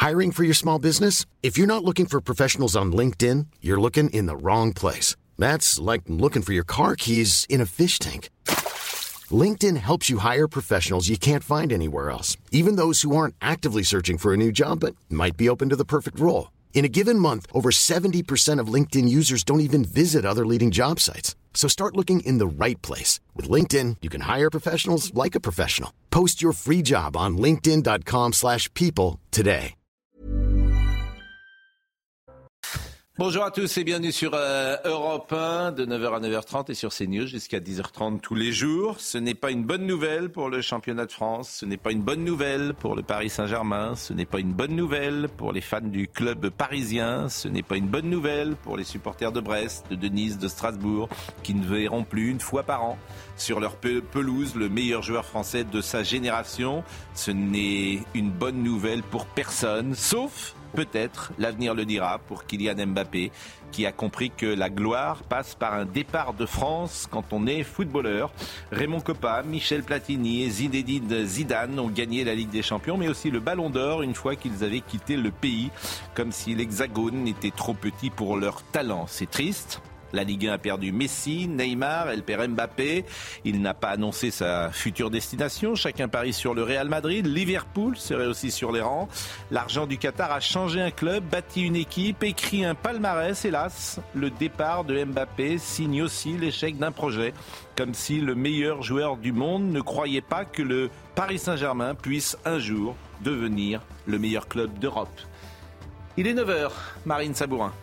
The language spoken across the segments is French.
Hiring for your small business? If you're not looking for professionals on LinkedIn, you're looking in the wrong place. That's like looking for your car keys in a fish tank. LinkedIn helps you hire professionals you can't find anywhere else, even those who aren't actively searching for a new job but might be open to the perfect role. In a given month, over 70% of LinkedIn users don't even visit other leading job sites. So start looking in the right place. With LinkedIn, you can hire professionals like a professional. Post your free job on linkedin.com/people today. Bonjour à tous et bienvenue sur Europe 1 de 9h à 9h30 et sur CNews jusqu'à 10h30 tous les jours. Ce n'est pas une bonne nouvelle pour le championnat de France, ce n'est pas une bonne nouvelle pour le Paris Saint-Germain, ce n'est pas une bonne nouvelle pour les fans du club parisien, ce n'est pas une bonne nouvelle pour les supporters de Brest, de Nice, de Strasbourg qui ne verront plus une fois par an sur leur pelouse le meilleur joueur français de sa génération. Ce n'est une bonne nouvelle pour personne, sauf... peut-être, l'avenir le dira pour Kylian Mbappé, qui a compris que la gloire passe par un départ de France quand on est footballeur. Raymond Kopa, Michel Platini et Zinedine Zidane ont gagné la Ligue des Champions, mais aussi le Ballon d'Or une fois qu'ils avaient quitté le pays, comme si l'Hexagone était trop petit pour leur talent. C'est triste. La Ligue 1 a perdu Messi, Neymar, elle perd Mbappé. Il n'a pas annoncé sa future destination. Chacun parie sur le Real Madrid. Liverpool serait aussi sur les rangs. L'argent du Qatar a changé un club, bâti une équipe, écrit un palmarès. Hélas, le départ de Mbappé signe aussi l'échec d'un projet. Comme si le meilleur joueur du monde ne croyait pas que le Paris Saint-Germain puisse un jour devenir le meilleur club d'Europe. Il est 9h, Marine Sabourin.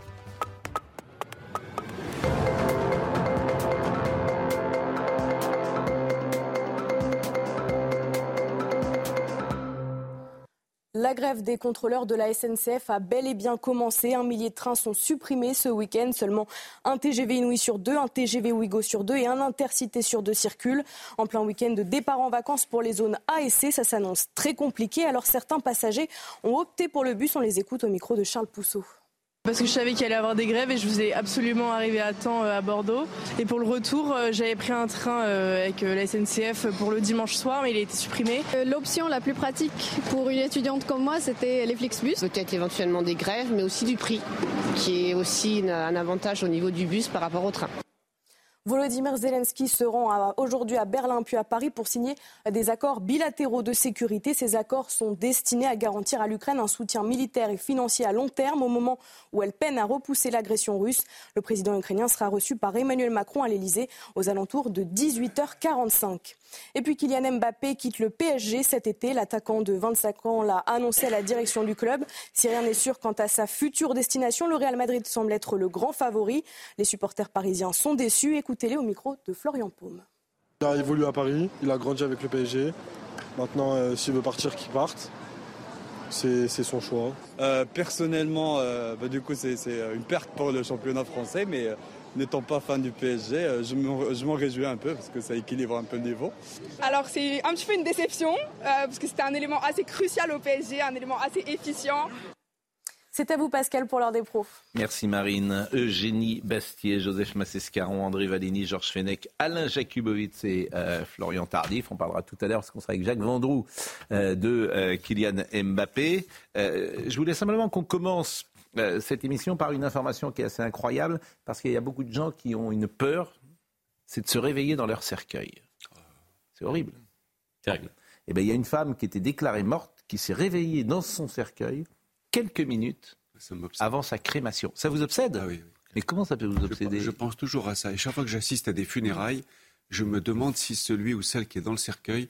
La grève des contrôleurs de la SNCF a bel et bien commencé. 1 millier de trains sont supprimés ce week-end. Seulement un TGV Inouï sur 2, un TGV Ouigo sur 2 et un Intercité sur 2 circulent. En plein week-end de départ en vacances pour les zones A et C, ça s'annonce très compliqué. Alors certains passagers ont opté pour le bus. On les écoute au micro de Charles Pousseau. Parce que je savais qu'il allait y avoir des grèves et je voulais absolument arriver à temps à Bordeaux. Et pour le retour, j'avais pris un train avec la SNCF pour le dimanche soir, mais il a été supprimé. L'option la plus pratique pour une étudiante comme moi, c'était les Flixbus. Peut-être éventuellement des grèves, mais aussi du prix, qui est aussi un avantage au niveau du bus par rapport au train. Volodymyr Zelensky se rend aujourd'hui à Berlin puis à Paris pour signer des accords bilatéraux de sécurité. Ces accords sont destinés à garantir à l'Ukraine un soutien militaire et financier à long terme au moment où elle peine à repousser l'agression russe. Le président ukrainien sera reçu par Emmanuel Macron à l'Elysée aux alentours de 18h45. Et puis Kylian Mbappé quitte le PSG cet été. L'attaquant de 25 ans l'a annoncé à la direction du club. Si rien n'est sûr quant à sa future destination, le Real Madrid semble être le grand favori. Les supporters parisiens sont déçus. Écoutez-les au micro de Florian Paume. Il a évolué à Paris, il a grandi avec le PSG. Maintenant, s'il veut partir, qu'il parte. C'est son choix. Personnellement, du coup, c'est une perte pour le championnat français, mais n'étant pas fan du PSG, je m'en réjouis un peu parce que ça équilibre un peu le niveau. Alors c'est un petit peu une déception parce que c'était un élément assez crucial au PSG, un élément assez efficient. C'est à vous Pascal pour l'heure des pros. Merci Marine. Eugénie Bastier, Joseph Massescaron, André Valigny, Georges Fenech, Alain Jakubowicz et Florian Tardif. On parlera tout à l'heure parce qu'on sera avec Jacques Vendroux de Kylian Mbappé. Je voulais simplement qu'on commence cette émission par une information qui est assez incroyable parce qu'il y a beaucoup de gens qui ont une peur, c'est de se réveiller dans leur cercueil. C'est horrible. Terrible. Et bien, il y a une femme qui était déclarée morte qui s'est réveillée dans son cercueil quelques minutes avant sa crémation. Ça vous obsède ? Ah oui. Mais comment ça peut vous obséder ? Je pense toujours à ça. Et chaque fois que j'assiste à des funérailles, je me demande si celui ou celle qui est dans le cercueil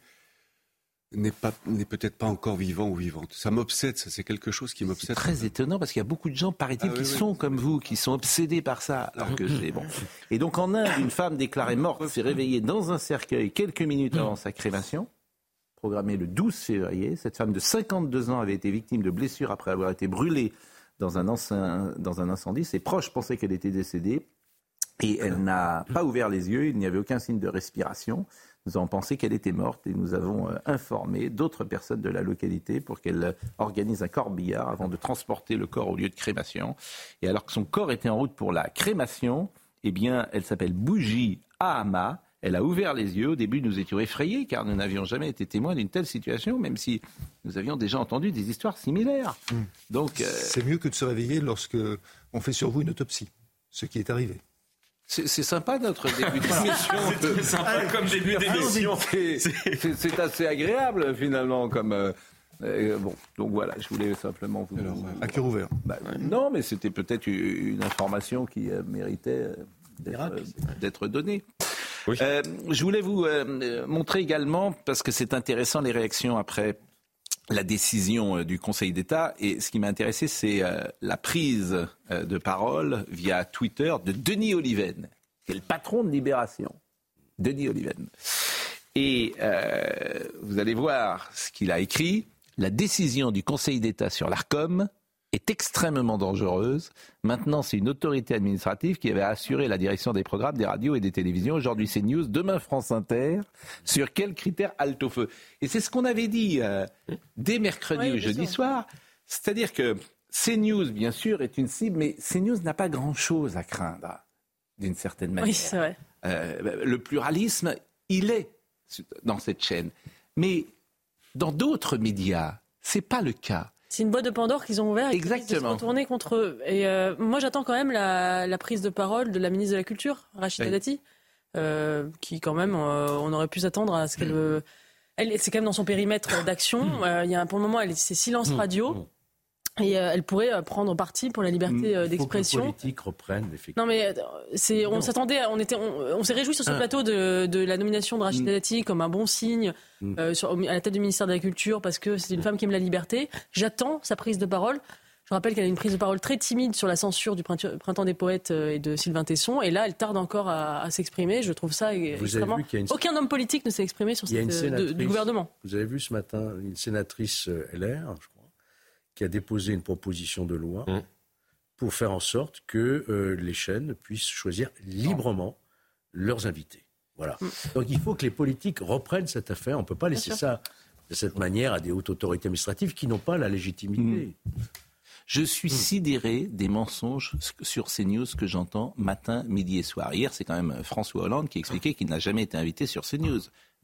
n'est peut-être pas encore vivant ou vivante. Ça m'obsède, ça, c'est quelque chose qui m'obsède. C'est très étonnant parce qu'il y a beaucoup de gens, paraît-il, qui sont comme vous, qui sont obsédés par ça. Alors que c'est bon. Et donc en Inde, une femme déclarée morte s'est réveillée dans un cercueil quelques minutes avant sa crémation, programmée le 12 février. Cette femme de 52 ans avait été victime de blessures après avoir été brûlée dans un incendie. Ses proches pensaient qu'elle était décédée et elle n'a pas ouvert les yeux. Il n'y avait aucun signe de respiration. Nous avons pensé qu'elle était morte et nous avons informé d'autres personnes de la localité pour qu'elles organisent un corbillard avant de transporter le corps au lieu de crémation. Et alors que son corps était en route pour la crémation, eh bien, elle s'appelle Bougie Ahama. Elle a ouvert les yeux. Au début, nous étions effrayés car nous n'avions jamais été témoins d'une telle situation, même si nous avions déjà entendu des histoires similaires. Donc, c'est mieux que de se réveiller lorsque on fait sur vous une autopsie, ce qui est arrivé. C'est sympa notre début d'émission. C'est sympa comme début d'émission. C'est assez agréable finalement comme... bon, donc voilà, je voulais simplement vous... Alors, à cœur ouvert. Non, mais c'était peut-être une information qui méritait d'être donnée. Oui. Je voulais vous montrer également, parce que c'est intéressant les réactions après la décision du Conseil d'État, et ce qui m'a intéressé, c'est la prise de parole via Twitter de Denis Oliven, qui est le patron de Libération. Denis Oliven. Et vous allez voir ce qu'il a écrit. La décision du Conseil d'État sur l'Arcom est extrêmement dangereuse. Maintenant, c'est une autorité administrative qui avait assuré la direction des programmes, des radios et des télévisions. Aujourd'hui, c'est News. Demain, France Inter. Sur quels critères halte au feu ? Et c'est ce qu'on avait dit dès mercredi ou jeudi soir. C'est-à-dire que CNews, bien sûr, est une cible, mais CNews n'a pas grand-chose à craindre, d'une certaine manière. Oui, c'est vrai. Le pluralisme, il est dans cette chaîne. Mais dans d'autres médias, c'est pas le cas. C'est une boîte de Pandore qu'ils ont ouverte et qu'ils risquent de se retourner contre eux. Et moi, j'attends quand même la prise de parole de la ministre de la Culture, Rachida Dati, qui quand même, on aurait pu s'attendre à ce qu'elle... c'est quand même dans son périmètre d'action. Pour le moment, c'est silence radio. Et elle pourrait prendre parti pour la liberté d'expression. Que les politiques reprennent, effectivement. Non, mais on s'attendait, on s'est réjouis sur ce plateau de la nomination de Rachida Dati comme un bon signe à la tête du ministère de la Culture, parce que c'est une femme qui aime la liberté. J'attends sa prise de parole. Je rappelle qu'elle a une prise de parole très timide sur la censure du Printemps des Poètes et de Sylvain Tesson. Et là, elle tarde encore à s'exprimer. Je trouve ça extrêmement... Aucun homme politique ne s'est exprimé sur du gouvernement. Vous avez vu ce matin une sénatrice LR, je crois, qui a déposé une proposition de loi pour faire en sorte que les chaînes puissent choisir librement leurs invités. Voilà. Donc il faut que les politiques reprennent cette affaire. On ne peut pas laisser ça de cette manière à des hautes autorités administratives qui n'ont pas la légitimité. Je suis sidéré des mensonges sur CNews que j'entends matin, midi et soir. Hier, c'est quand même François Hollande qui expliquait qu'il n'a jamais été invité sur CNews.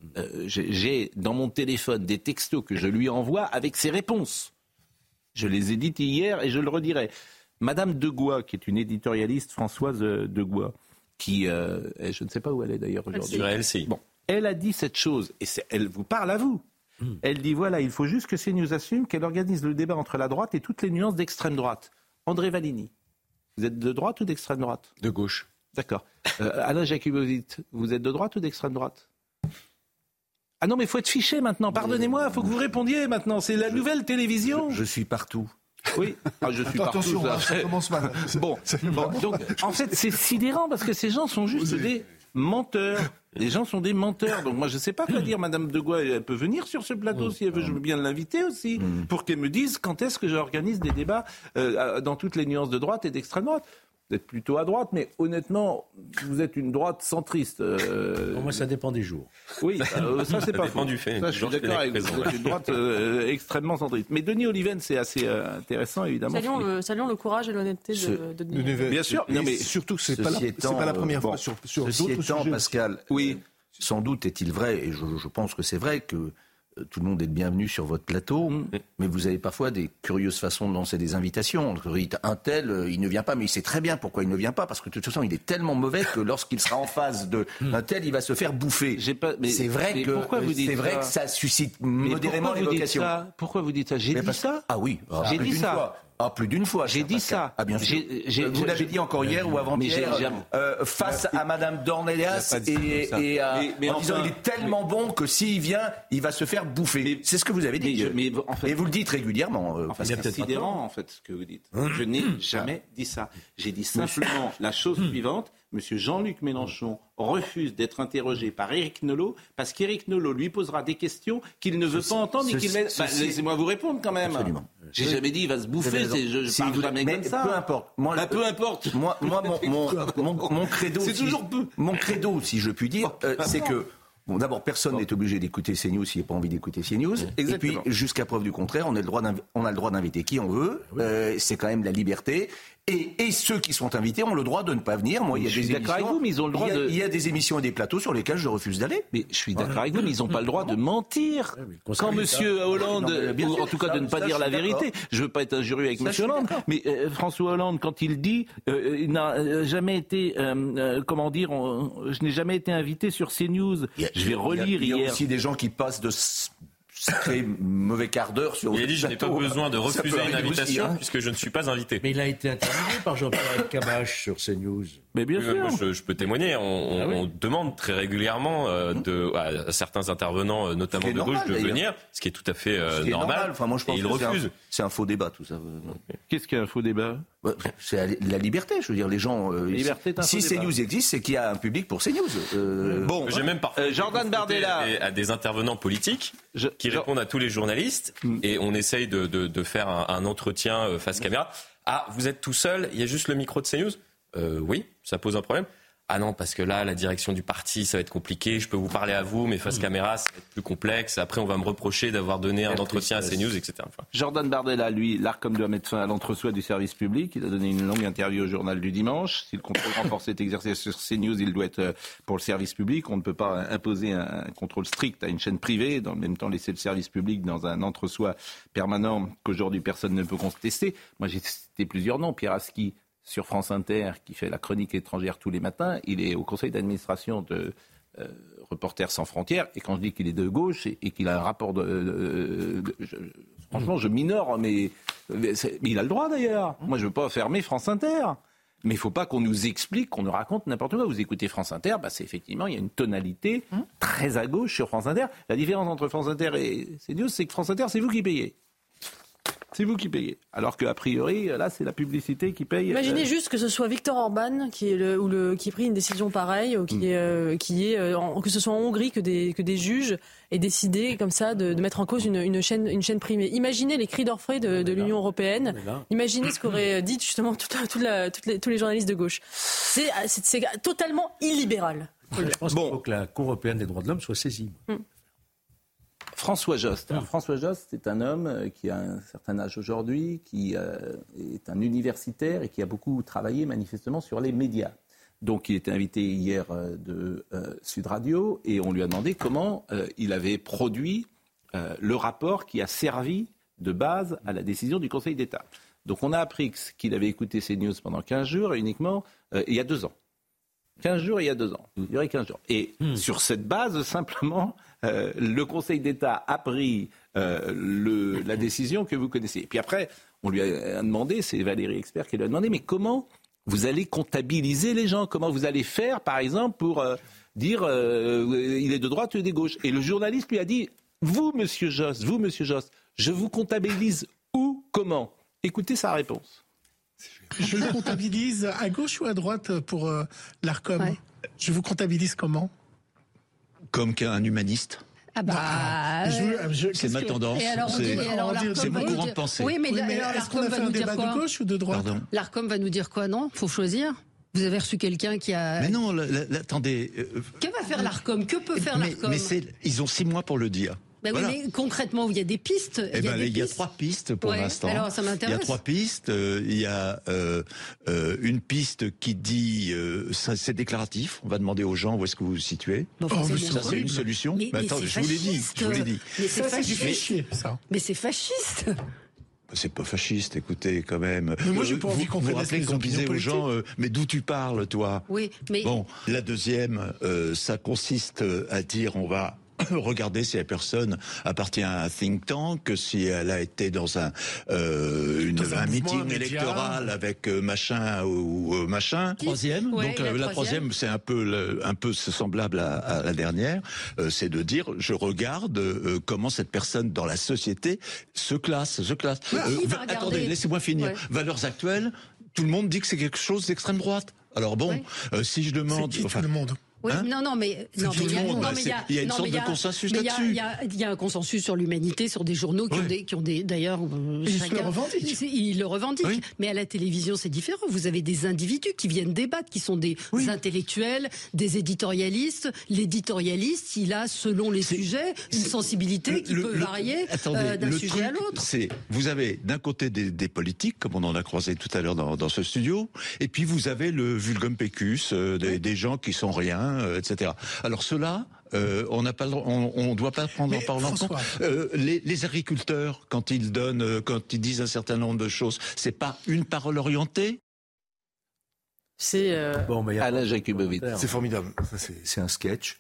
J'ai dans mon téléphone des textos que je lui envoie avec ses réponses. Je les ai dites hier et je le redirai. Madame Degois, qui est une éditorialiste, Françoise Degois, qui, je ne sais pas où elle est d'ailleurs aujourd'hui. Bon, elle a dit cette chose, et elle vous parle à vous. Elle dit voilà, il faut juste que CNews assume qu'elle organise le débat entre la droite et toutes les nuances d'extrême droite. André Valigny, vous êtes de droite ou d'extrême droite ? De gauche. D'accord. Alain Jacobovitz, vous êtes de droite ou d'extrême droite ? Ah non, mais il faut être fiché maintenant, pardonnez-moi, il faut que vous répondiez maintenant, c'est la nouvelle télévision. Je suis partout. Oui, je suis partout. Attention, ça commence mal. Bon, donc en fait c'est sidérant parce que ces gens sont juste des menteurs. Les gens sont des menteurs. Donc moi je ne sais pas quoi dire. Madame Degois, elle peut venir sur ce plateau si elle veut, je veux bien l'inviter aussi, pour qu'elle me dise quand est-ce que j'organise des débats dans toutes les nuances de droite et d'extrême droite. Vous êtes plutôt à droite, mais honnêtement, vous êtes une droite centriste. Moi, ça dépend des jours. Oui, ça c'est pas faux. Du fait. Ça, je suis d'accord avec vous. Vous êtes une droite extrêmement centriste. Mais Denis Oliven, c'est assez intéressant, évidemment. Saluons le courage et l'honnêteté de Denis Oliven. Bien sûr. Non, mais surtout que c'est pas la première fois sur d'autres sujets. Pascal, sans doute est-il vrai, et je pense que c'est vrai, que tout le monde est le bienvenu sur votre plateau, mais vous avez parfois des curieuses façons de lancer des invitations. Vous dites, un tel, il ne vient pas, mais il sait très bien pourquoi il ne vient pas, parce que de toute façon, il est tellement mauvais que lorsqu'il sera en face d'un tel, il va se faire bouffer. C'est vrai que ça suscite modérément l'évocation. Pourquoi vous dites ça ? J'ai dit ça ? Ah oui, j'ai dit ça. Ah, plus d'une fois. J'ai dit ça. Ah, bien sûr. Vous l'avez dit encore hier ou avant-hier, face à Madame Dornelas en disant il est tellement bon que s'il vient, il va se faire bouffer. C'est ce que vous avez dit. Et vous le dites régulièrement. C'est sidérant, en fait, ce que vous dites. Je n'ai jamais dit ça. J'ai dit simplement la chose suivante. Monsieur Jean-Luc Mélenchon refuse d'être interrogé par Éric Nolot parce qu'Éric Nolot lui posera des questions qu'il ne veut pas entendre et qu'il va... laissez-moi vous répondre quand même. Absolument. J'ai jamais dit il va se bouffer, je parle jamais comme ça. Peu importe. Peu importe. Moi, mon credo, c'est toujours peu. Mon credo, si je puis dire, c'est que bon, d'abord, personne n'est obligé d'écouter CNews s'il n'a pas envie d'écouter CNews. Et puis, jusqu'à preuve du contraire, on a le droit d'inviter qui on veut. C'est quand même la liberté. Et ceux qui sont invités ont le droit de ne pas venir. Moi, il y a des émissions. Avec vous, mais ils ont le droit Il y a des émissions et des plateaux sur lesquels je refuse d'aller. Mais je suis d'accord avec vous, mais ils n'ont pas le droit de mentir. Quand Monsieur Hollande, ou en tout cas de ne pas dire la vérité, je veux pas être injurieux avec Monsieur Hollande, mais François Hollande, quand il dit, il n'a jamais été, je n'ai jamais été invité sur CNews. Je vais relire hier. Il y a aussi des gens qui passent de très mauvais quart d'heure sur. Il a dit je n'ai pas besoin de refuser une invitation puisque je ne suis pas invité. Mais il a été interviewé par Jean-Pierre Cabache sur CNews. Mais bien sûr. Moi, je peux témoigner. On demande très régulièrement à certains intervenants, notamment de gauche, de venir, ce qui est tout à fait normal. Enfin, moi, je pense et ils refusent. C'est un faux débat, tout ça. Qu'est-ce qu'un faux débat ? C'est la liberté. Je veux dire, les gens. Si CNews existe, c'est qu'il y a un public pour CNews. Bon, j'ai même parfois Jordan Bardella à des intervenants politiques qui répondent à tous les journalistes et on essaye de faire un entretien face caméra. Ah, vous êtes tout seul, il y a juste le micro de CNews ? Oui, ça pose un problème. Ah non, parce que là, la direction du parti, ça va être compliqué. Je peux vous parler à vous, mais face caméra, ça va être plus complexe. Après, on va me reprocher d'avoir donné un entretien à CNews, etc. Enfin. Jordan Bardella, lui, l'ARCOM doit mettre fin à l'entre-soi du service public. Il a donné une longue interview au journal du dimanche. Si le contrôle renforcé est exercé sur CNews, il doit être pour le service public. On ne peut pas imposer un contrôle strict à une chaîne privée, dans le même temps laisser le service public dans un entre-soi permanent qu'aujourd'hui personne ne peut contester. Moi, j'ai cité plusieurs noms. Pierre Aski, sur France Inter, qui fait la chronique étrangère tous les matins, il est au conseil d'administration de Reporters sans frontières, et quand je dis qu'il est de gauche et qu'il a un rapport franchement, je minore, mais il a le droit d'ailleurs. Moi, je ne veux pas fermer France Inter. Mais il ne faut pas qu'on nous explique, qu'on nous raconte n'importe quoi. Vous écoutez France Inter, c'est effectivement, il y a une tonalité très à gauche sur France Inter. La différence entre France Inter et CNews, c'est que France Inter, c'est vous qui payez. C'est vous qui payez. Alors qu'a priori, là, c'est la publicité qui paye. Imaginez juste que ce soit Viktor Orban qui ait pris une décision pareille, ou que ce soit en Hongrie que des juges aient décidé comme ça de mettre en cause une chaîne privée. Imaginez les cris d'orfraie de l'Union européenne. Imaginez ce qu'auraient dit justement tous les journalistes de gauche. C'est totalement illibéral. Je pense qu'il faut que la Cour européenne des droits de l'homme soit saisie. François Jost. Alors, François Jost, c'est un homme qui a un certain âge aujourd'hui, qui est un universitaire et qui a beaucoup travaillé manifestement sur les médias. Donc il était invité hier de Sud Radio et on lui a demandé comment il avait produit le rapport qui a servi de base à la décision du Conseil d'État. Donc on a appris qu'il avait écouté CNews pendant 15 jours et uniquement il y a 2 ans. 15 jours et il y a 2 ans. Il y aurait 15 jours. Et sur cette base, simplement, le Conseil d'État a pris la décision que vous connaissez. Et puis après, on lui a demandé, c'est Valérie Expert qui lui a demandé, mais comment vous allez comptabiliser les gens ? Comment vous allez faire, par exemple, pour dire il est de droite ou de gauche ? Et le journaliste lui a dit, vous, monsieur Jost, je vous comptabilise où, comment ? Écoutez sa réponse. Je le comptabilise à gauche ou à droite pour l'ARCOM ? Ouais. Je vous comptabilise comment ? Comme qu'un humaniste. Ah bah, c'est ma tendance. C'est mon courant de pensée. Oui, mais est-ce qu'on a fait un débat de gauche ou de droite ? L'ARCOM va nous dire quoi, non ? Faut choisir. Vous avez reçu quelqu'un qui a... Mais non, attendez... Que va faire l'ARCOM ? Que peut faire l'ARCOM ? Mais ils ont 6 mois pour le dire. Ben voilà. Oui, mais concrètement, il y a des pistes. Il y a 3 pistes pour l'instant. Alors, ça m'intéresse. Il y a 3 pistes. Il y a une piste qui dit c'est déclaratif. On va demander aux gens où est-ce que vous vous situez. Bon, ça, c'est une solution. Mais attendez, je vous l'ai dit. Mais c'est fasciste. Mais c'est fasciste. C'est pas fasciste, écoutez, quand même. Mais moi, j'ai pas envie qu'on vous rappelez qu'on disait aux gens, mais d'où tu parles, toi ? Oui, mais... Bon, la deuxième, ça consiste à dire, on va regarder si la personne appartient à un think tank, si elle a été dans un meeting électoral avec machin ou machin. Troisième. Ouais, donc la troisième, c'est un peu semblable à la dernière. C'est de dire, je regarde comment cette personne dans la société se classe. Attendez, laissez-moi finir. Ouais. Valeurs actuelles. Tout le monde dit que c'est quelque chose d'extrême droite. Alors bon, si je demande, tout le monde. Oui, mais il y a une sorte de consensus là-dessus. Il y a un consensus sur l'humanité, sur des journaux qui ont des d'ailleurs. Ils le revendiquent. Oui. Mais à la télévision, c'est différent. Vous avez des individus qui viennent débattre, qui sont des intellectuels, des éditorialistes. L'éditorialiste, il a, selon les sujets, une sensibilité qui peut varier d'un sujet à l'autre. Vous avez d'un côté des politiques, comme on en a croisé tout à l'heure dans ce studio, et puis vous avez le vulgum pecus, des gens qui sont rien, etc. Alors cela, on ne doit pas prendre en parlant compte. Les agriculteurs, quand ils disent un certain nombre de choses, c'est pas une parole orientée. C'est Alain Jakubowicz. C'est formidable. C'est un sketch.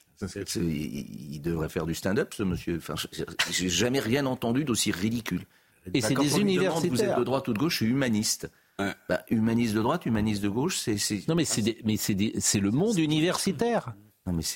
Il devrait faire du stand-up, ce monsieur. Enfin, j'ai jamais rien entendu d'aussi ridicule. Et c'est des universitaires. Vous êtes de droite ou de gauche, je suis humaniste. Ouais. Humaniste de droite, humaniste de gauche, c'est... Non, mais c'est le monde universitaire. Non, mais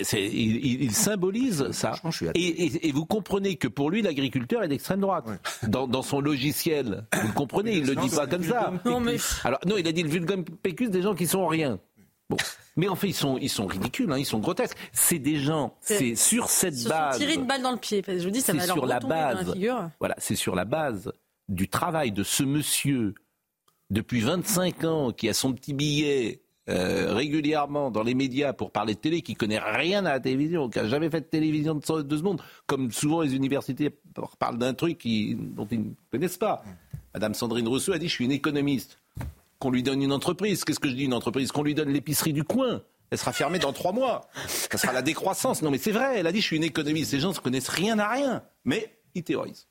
il symbolise ça. Et vous comprenez que pour lui, l'agriculteur est d'extrême droite. Ouais. Dans son logiciel. Vous le comprenez, il ne le dit pas comme ça. Alors, non, il a dit le vulgum pecus des gens qui sont rien. Bon. Mais en fait, ils sont ridicules, ils sont grotesques. C'est des gens, c'est sur cette base... Tirer une balle dans le pied. Je vous dis, ça va leur retomber dans la figure. Voilà, c'est sur la base du travail de ce monsieur, depuis 25 ans, qui a son petit billet régulièrement dans les médias pour parler de télé, qui connaît rien à la télévision, qui n'a jamais fait de télévision de 2 secondes, comme souvent les universités parlent d'un truc dont ils ne connaissent pas. Madame Sandrine Rousseau a dit « je suis une économiste ». Qu'on lui donne une entreprise. Qu'est-ce que je dis, une entreprise? Qu'on lui donne l'épicerie du coin. Elle sera fermée dans 3 mois. Ça sera la décroissance. Non, mais c'est vrai. Elle a dit, je suis une économiste. Ces gens ne se connaissent rien à rien. Mais ils théorisent.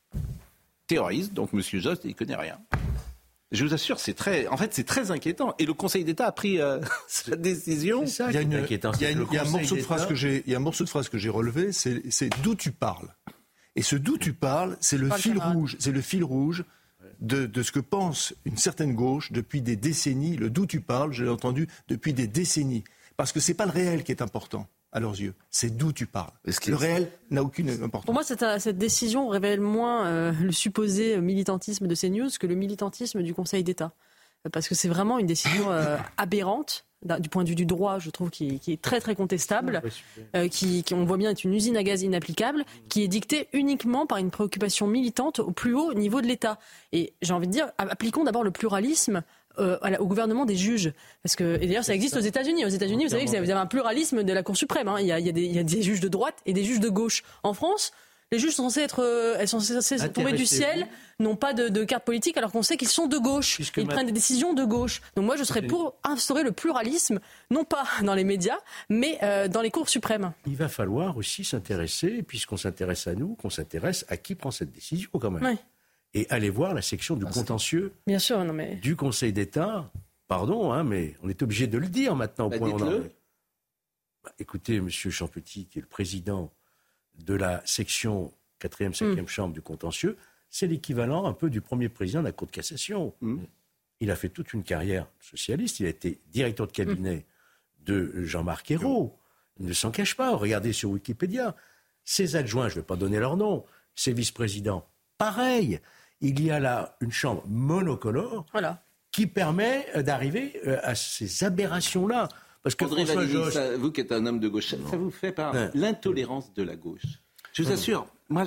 Donc, M. Jost, il ne connaît rien. Je vous assure, c'est très inquiétant. Et le Conseil d'État a pris sa décision. C'est ça qui est inquiétant. Il y a un morceau de phrase que j'ai relevé, c'est d'où tu parles. Et ce d'où tu parles, c'est le fil rouge. C'est le fil rouge de ce que pense une certaine gauche depuis des décennies. Le d'où tu parles, je l'ai entendu depuis des décennies. Parce que c'est pas le réel qui est important à leurs yeux, c'est d'où tu parles. Le réel n'a aucune importance. Pour moi, cette décision révèle moins le supposé militantisme de CNews que le militantisme du Conseil d'État. Parce que c'est vraiment une décision aberrante. Du point de vue du droit, je trouve, qui est très très contestable, qui on voit bien est une usine à gaz inapplicable, qui est dictée uniquement par une préoccupation militante au plus haut niveau de l'État. Et j'ai envie de dire, appliquons d'abord le pluralisme au gouvernement des juges. Et d'ailleurs, ça existe aux États-Unis. Aux États-Unis, vous savez que vous avez un pluralisme de la Cour suprême. Il y a des juges de droite et des juges de gauche. En France, les juges sont censés tomber du ciel, n'ont pas de carte politique, alors qu'on sait qu'ils sont de gauche. Ils prennent des décisions de gauche. Donc moi, je serais pour instaurer le pluralisme, non pas dans les médias, mais dans les cours suprêmes. Il va falloir aussi s'intéresser, puisqu'on s'intéresse à nous, qu'on s'intéresse à qui prend cette décision quand même. Oui. Et aller voir la section du contentieux du Conseil d'État. Pardon, mais on est obligé de le dire maintenant au point où on en est. Écoutez, M. Champetit, qui est le président de la section 4e, 5e chambre du contentieux, c'est l'équivalent un peu du premier président de la Cour de cassation. Il a fait toute une carrière socialiste, il a été directeur de cabinet de Jean-Marc Ayrault. Il ne s'en cache pas, regardez sur Wikipédia. Ses adjoints, je ne vais pas donner leur nom, ses vice-présidents, pareil. Il y a là une chambre monocolore qui permet d'arriver à ces aberrations-là. Parce que André Valéry, vous qui êtes un homme de gauche, ça vous fait par l'intolérance de la gauche. Je vous assure, moi,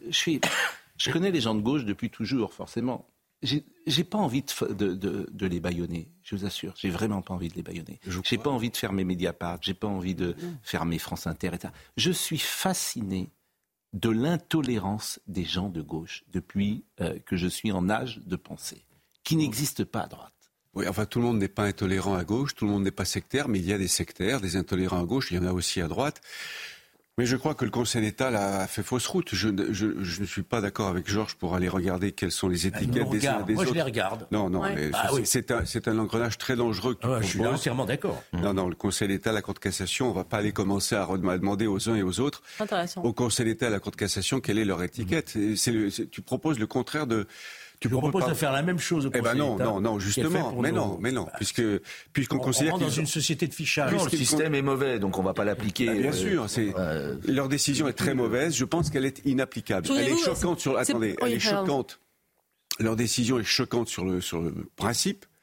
je connais les gens de gauche depuis toujours, forcément. J'ai pas envie de les bâillonner, je vous assure. J'ai vraiment pas envie de les bâillonner. J'ai pas envie de fermer Mediapart, j'ai pas envie de fermer France Inter, etc. Je suis fasciné de l'intolérance des gens de gauche depuis que je suis en âge de penser, qui n'existe pas à droite. Oui, enfin, tout le monde n'est pas intolérant à gauche, tout le monde n'est pas sectaire, mais il y a des sectaires, des intolérants à gauche, il y en a aussi à droite. Mais je crois que le Conseil d'État a fait fausse route. Je ne suis pas d'accord avec Georges pour aller regarder quelles sont les étiquettes des uns et des autres. Moi, je les regarde. Non, mais c'est un engrenage très dangereux. Je suis entièrement d'accord. Non, le Conseil d'État, la Cour de cassation, on ne va pas aller commencer à demander aux uns et aux autres. Intéressant. Au Conseil d'État, à la Cour de cassation, quelle est leur étiquette? Tu proposes le contraire de... Tu proposes de faire la même chose au Conseil d'État. Non, justement. Mais non, puisqu'on considère dans une société de fichage. Le système est mauvais, donc on ne va pas l'appliquer. Bien sûr, leur décision est très mauvaise. Je pense qu'elle est inapplicable. Elle est choquante elle est choquante. Leur décision est choquante sur le principe.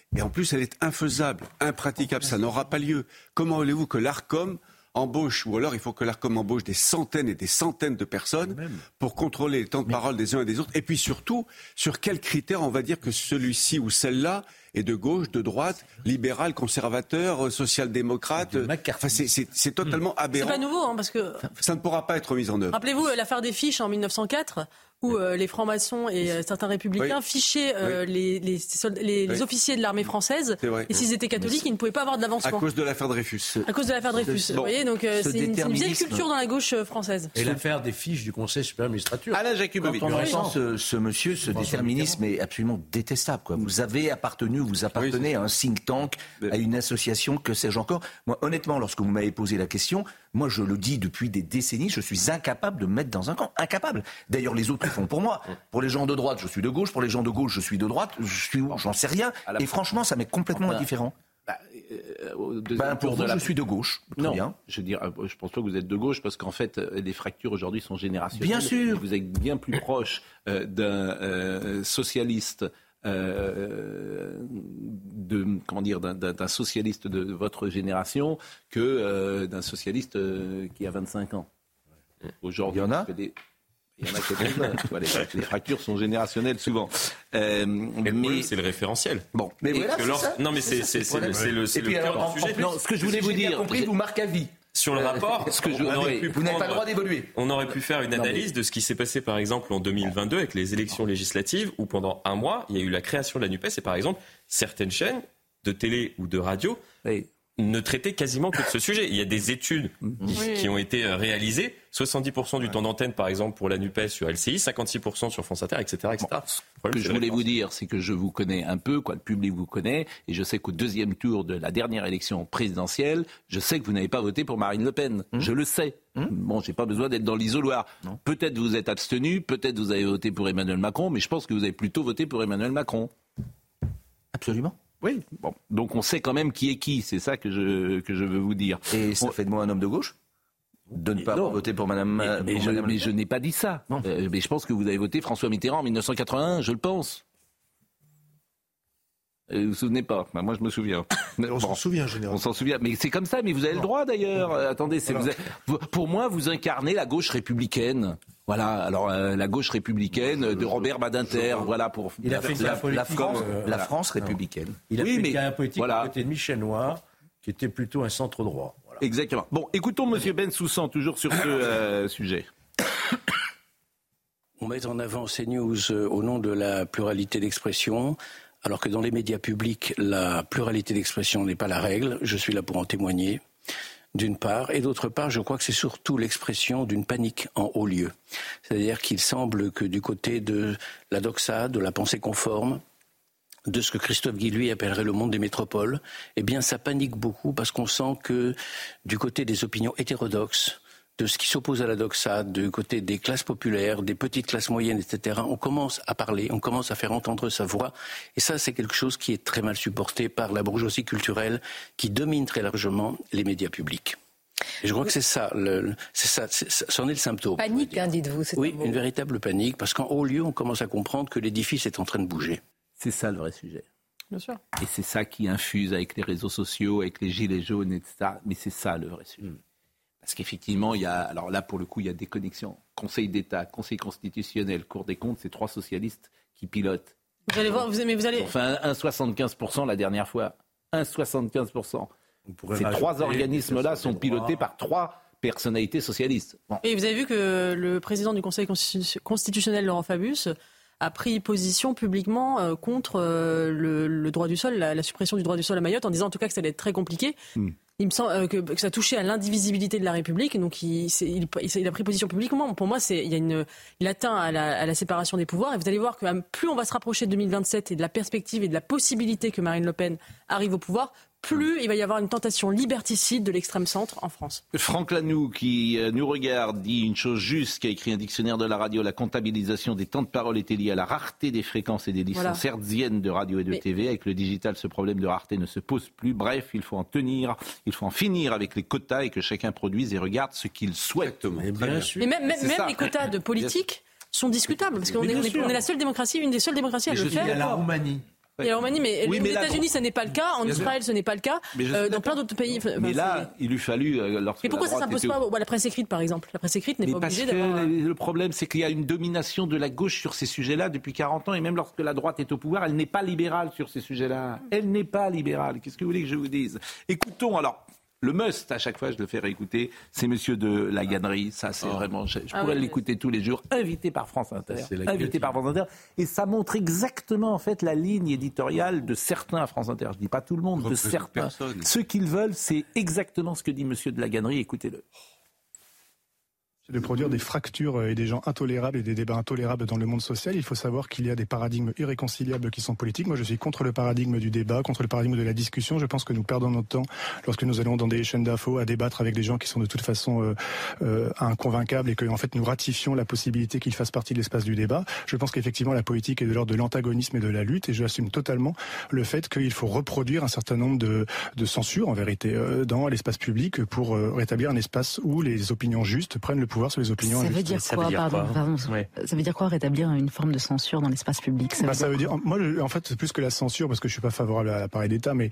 Et en plus, elle est infaisable, impraticable. Ça n'aura pas lieu. Comment voulez-vous que l'Arcom embauche, ou alors il faut que l'Arcom embauche des centaines et des centaines de personnes pour contrôler les temps de parole des uns et des autres. Et puis surtout, sur quels critères on va dire que celui-ci ou celle-là est de gauche, de droite, libéral, conservateur, social-démocrate. Enfin, c'est totalement aberrant. C'est pas nouveau, parce que... Ça ne pourra pas être mis en œuvre. Rappelez-vous l'affaire des fiches en 1904, où les francs-maçons et certains républicains fichaient les officiers de l'armée française. Et s'ils étaient catholiques, ils ne pouvaient pas avoir de l'avancement. À cause de l'affaire Dreyfus. À cause de l'affaire Dreyfus. Vous voyez, donc c'est une vieille culture dans la gauche française. Et l'affaire des fiches du Conseil supérieur de magistrature. Alain Jakubowicz. Ce monsieur, ce déterminisme est absolument détestable. Vous appartenez à un think tank, à une association, que sais-je encore. Moi, honnêtement, lorsque vous m'avez posé la question, moi, je le dis depuis des décennies, je suis incapable de me mettre dans un camp. Incapable. D'ailleurs, les autres le font pour moi. Pour les gens de droite, je suis de gauche. Pour les gens de gauche, je suis de droite. J'en sais rien. Et franchement, ça m'est complètement indifférent. Pour vous, je suis de gauche. Très bien. Je pense pas que vous êtes de gauche parce qu'en fait, les fractures aujourd'hui sont générationnelles. Bien sûr. Vous êtes bien plus proche d'un socialiste. D'un socialiste de votre génération que d'un socialiste qui a 25 ans. Aujourd'hui, il y en a. Il y en a quelques-uns. Les fractures sont générationnelles souvent. Mais c'est le référentiel. Bon, mais voilà, non, mais c'est le cœur du sujet. Non, ce que je voulais vous dire, compris, vous marquez à vie. Sur le rapport, vous n'avez pas le droit d'évoluer. On aurait pu faire une analyse de ce qui s'est passé par exemple en 2022 avec les élections législatives où pendant un mois, il y a eu la création de la NUPES et par exemple, certaines chaînes de télé ou de radio ne traitaient quasiment que de ce sujet. Il y a des études qui ont été réalisées. 70% du temps d'antenne, par exemple, pour la NUPES sur LCI, 56% sur France Inter, etc. Ce que je voulais vous dire, c'est que je vous connais un peu, le public vous connaît, et je sais qu'au deuxième tour de la dernière élection présidentielle, je sais que vous n'avez pas voté pour Marine Le Pen. Je le sais. Bon, j'ai pas besoin d'être dans l'isoloir. Peut-être vous êtes abstenu, peut-être vous avez voté pour Emmanuel Macron, mais je pense que vous avez plutôt voté pour Emmanuel Macron. Absolument. Oui. Bon. Donc on sait quand même qui est qui, c'est ça que je veux vous dire. Et ça fait de moi un homme de gauche ? De ne pas avoir voté pour Madame. Mais je n'ai pas dit ça. Mais je pense que vous avez voté François Mitterrand en 1981, je le pense. Vous vous souvenez pas? Moi, je me souviens. On s'en souvient, généralement. On s'en souvient. Mais c'est comme ça, mais vous avez le droit, d'ailleurs. Attendez, pour moi, vous incarnez la gauche républicaine. Voilà, alors la gauche républicaine de Robert Badinter, voilà pour il a fait la France républicaine. Il a fait un politique à côté de Michel Noir, qui était plutôt un centre droit. Voilà. Exactement. Bon, écoutons Monsieur Bensoussan toujours sur ce sujet. On met en avant CNews au nom de la pluralité d'expression, alors que dans les médias publics, la pluralité d'expression n'est pas la règle. Je suis là pour en témoigner. D'une part, et d'autre part, je crois que c'est surtout l'expression d'une panique en haut lieu. C'est-à-dire qu'il semble que du côté de la doxa, de la pensée conforme, de ce que Christophe Guilluy appellerait le monde des métropoles, eh bien ça panique beaucoup parce qu'on sent que du côté des opinions hétérodoxes, de ce qui s'oppose à la doxa, du côté des classes populaires, des petites classes moyennes, etc., on commence à parler, on commence à faire entendre sa voix. Et ça, c'est quelque chose qui est très mal supporté par la bourgeoisie culturelle qui domine très largement les médias publics. Et je crois que c'est ça, c'en est le symptôme. Panique, dites-vous. Oui, une véritable panique, parce qu'en haut lieu, on commence à comprendre que l'édifice est en train de bouger. C'est ça le vrai sujet. Bien sûr. Et c'est ça qui infuse avec les réseaux sociaux, avec les gilets jaunes, etc. Mais c'est ça le vrai sujet. Parce qu'effectivement, alors là, pour le coup, il y a des connexions. Conseil d'État, Conseil constitutionnel, Cour des comptes, c'est 3 socialistes qui pilotent. Vous allez voir, vous allez... Enfin, 1,75% la dernière fois. 1,75%. Ces 3 organismes-là sont pilotés par 3 personnalités socialistes. Bon. Et vous avez vu que le président du Conseil constitutionnel, Laurent Fabius, a pris position publiquement contre le droit du sol, la suppression du droit du sol à Mayotte, en disant en tout cas que ça allait être très compliqué. Il me semble que ça touchait à l'indivisibilité de la République, donc il a pris position publiquement. Pour moi, il atteint à la séparation des pouvoirs, et vous allez voir que plus on va se rapprocher de 2027 et de la perspective et de la possibilité que Marine Le Pen arrive au pouvoir, plus il va y avoir une tentation liberticide de l'extrême centre en France. Franck Lanoux, qui nous regarde, dit une chose juste, qui a écrit un dictionnaire de la radio. La comptabilisation des temps de parole était liée à la rareté des fréquences et des licences hertziennes de radio et de TV. Avec le digital, ce problème de rareté ne se pose plus. Bref, il faut en finir avec les quotas et que chacun produise et regarde ce qu'il souhaite. Mais même les quotas de politique sont discutables, parce qu'on est la seule démocratie, une des seules démocraties à le faire. À la Roumanie. Et la Roumanie, mais aux États-Unis, ce n'est pas le cas. En Israël, ce n'est pas le cas. Dans plein d'autres pays. Mais là, il lui fallut. Et pourquoi ça s'impose pas la presse écrite, par exemple? La presse écrite n'est pas obligée d'avoir. Le problème, c'est qu'il y a une domination de la gauche sur ces sujets-là depuis 40 ans, et même lorsque la droite est au pouvoir, elle n'est pas libérale sur ces sujets-là. Elle n'est pas libérale. Qu'est-ce que vous voulez que je vous dise? Écoutons alors. Le must, à chaque fois, je le fais réécouter, c'est Monsieur de la Gannerie. Ça, c'est vraiment... Je pourrais l'écouter tous les jours, invité par France Inter. Et ça montre exactement, en fait, la ligne éditoriale de certains à France Inter. Je ne dis pas tout le monde, de certains. Ce qu'ils veulent, c'est exactement ce que dit Monsieur de la Gannerie. Écoutez-le. C'est de produire des fractures et des gens intolérables et des débats intolérables dans le monde social. Il faut savoir qu'il y a des paradigmes irréconciliables qui sont politiques. Moi, je suis contre le paradigme du débat, contre le paradigme de la discussion. Je pense que nous perdons notre temps lorsque nous allons dans des chaînes d'infos à débattre avec des gens qui sont de toute façon inconvaincables et que, en fait, nous ratifions la possibilité qu'ils fassent partie de l'espace du débat. Je pense qu'effectivement, la politique est de l'ordre de l'antagonisme et de la lutte, et je assume totalement le fait qu'il faut reproduire un certain nombre de censures, en vérité, dans l'espace public pour rétablir un espace où les opinions justes prennent le pouvoir sur les opinions. Ça veut dire quoi, Ça veut dire quoi rétablir une forme de censure dans l'espace public? Ça veut dire, moi, en fait, c'est plus que la censure, parce que je suis pas favorable à l'appareil d'État, mais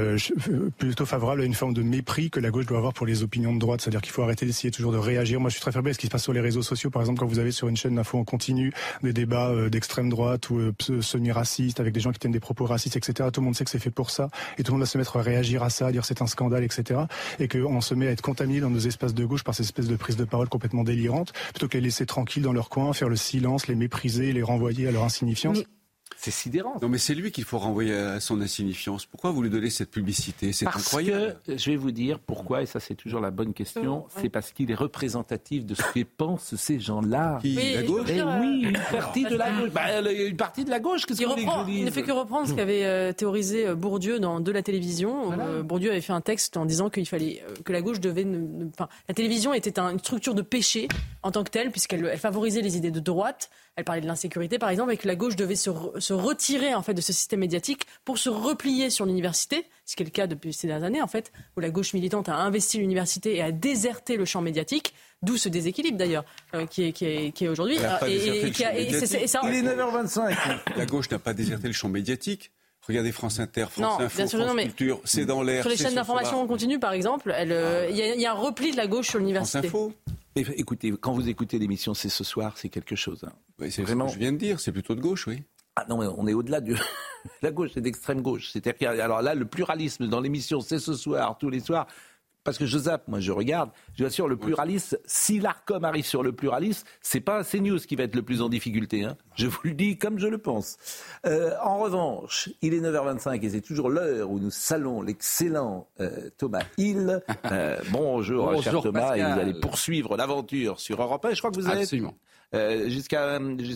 plutôt favorable à une forme de mépris que la gauche doit avoir pour les opinions de droite. C'est-à-dire qu'il faut arrêter d'essayer toujours de réagir. Moi, je suis très fermé à ce qui se passe sur les réseaux sociaux. Par exemple, quand vous avez sur une chaîne d'info en continu des débats d'extrême droite ou semi-racistes avec des gens qui tiennent des propos racistes, etc. Tout le monde sait que c'est fait pour ça, et tout le monde va se mettre à réagir à ça, à dire c'est un scandale, etc. Et qu'on se met à être contaminé dans nos espaces de gauche par ces espèces de prises de parole complètement délirantes, plutôt que les laisser tranquilles dans leur coin, faire le silence, les mépriser, les renvoyer à leur insignifiance. C'est sidérant. Non, mais c'est lui qu'il faut renvoyer à son insignifiance. Pourquoi vous lui donnez cette publicité? C'est incroyable. Parce que, je vais vous dire pourquoi, et ça c'est toujours la bonne question, c'est parce qu'il est représentatif de ce que pensent ces gens-là. La gauche? Oui, une partie de la gauche. Une partie de la gauche, qu'est-ce que vous voulez que je dise? Il ne fait que reprendre ce qu'avait théorisé Bourdieu de la télévision. Voilà. Bourdieu avait fait un texte en disant qu'il fallait que la gauche devait... la télévision était une structure de péché en tant que telle, puisqu'elle favorisait les idées de droite. Elle parlait de l'insécurité, par exemple, et que la gauche devait se retirer en fait de ce système médiatique pour se replier sur l'université, ce qui est le cas depuis ces dernières années, en fait, où la gauche militante a investi l'université et a déserté le champ médiatique, d'où ce déséquilibre d'ailleurs qui est aujourd'hui. Il est 9h25. La gauche n'a pas déserté le champ médiatique. Regardez France Inter, France Info, France Culture, c'est dans l'air. Sur les chaînes d'information en continu, par exemple, il y a un repli de la gauche sur l'université. France Info. Écoutez, quand vous écoutez l'émission C'est ce soir, c'est quelque chose. Hein. Oui, c'est vraiment ce que je viens de dire, c'est plutôt de gauche, oui. Ah non, mais on est au-delà de la gauche, c'est d'extrême gauche. C'est-à-dire alors là, le pluralisme dans l'émission C'est ce soir, tous les soirs, parce que je zappe, moi je regarde, je vous assure, le pluralisme, si l'ARCOM arrive sur le pluralisme, c'est pas CNews qui va être le plus en difficulté. Hein. Je vous le dis comme je le pense. En revanche, il est 9h25 et c'est toujours l'heure où nous saluons l'excellent Thomas Hill. Bonjour, cher Thomas, Pascal. Et vous allez poursuivre l'aventure sur Europe 1. Je crois que vous allez... Absolument. Jusqu'à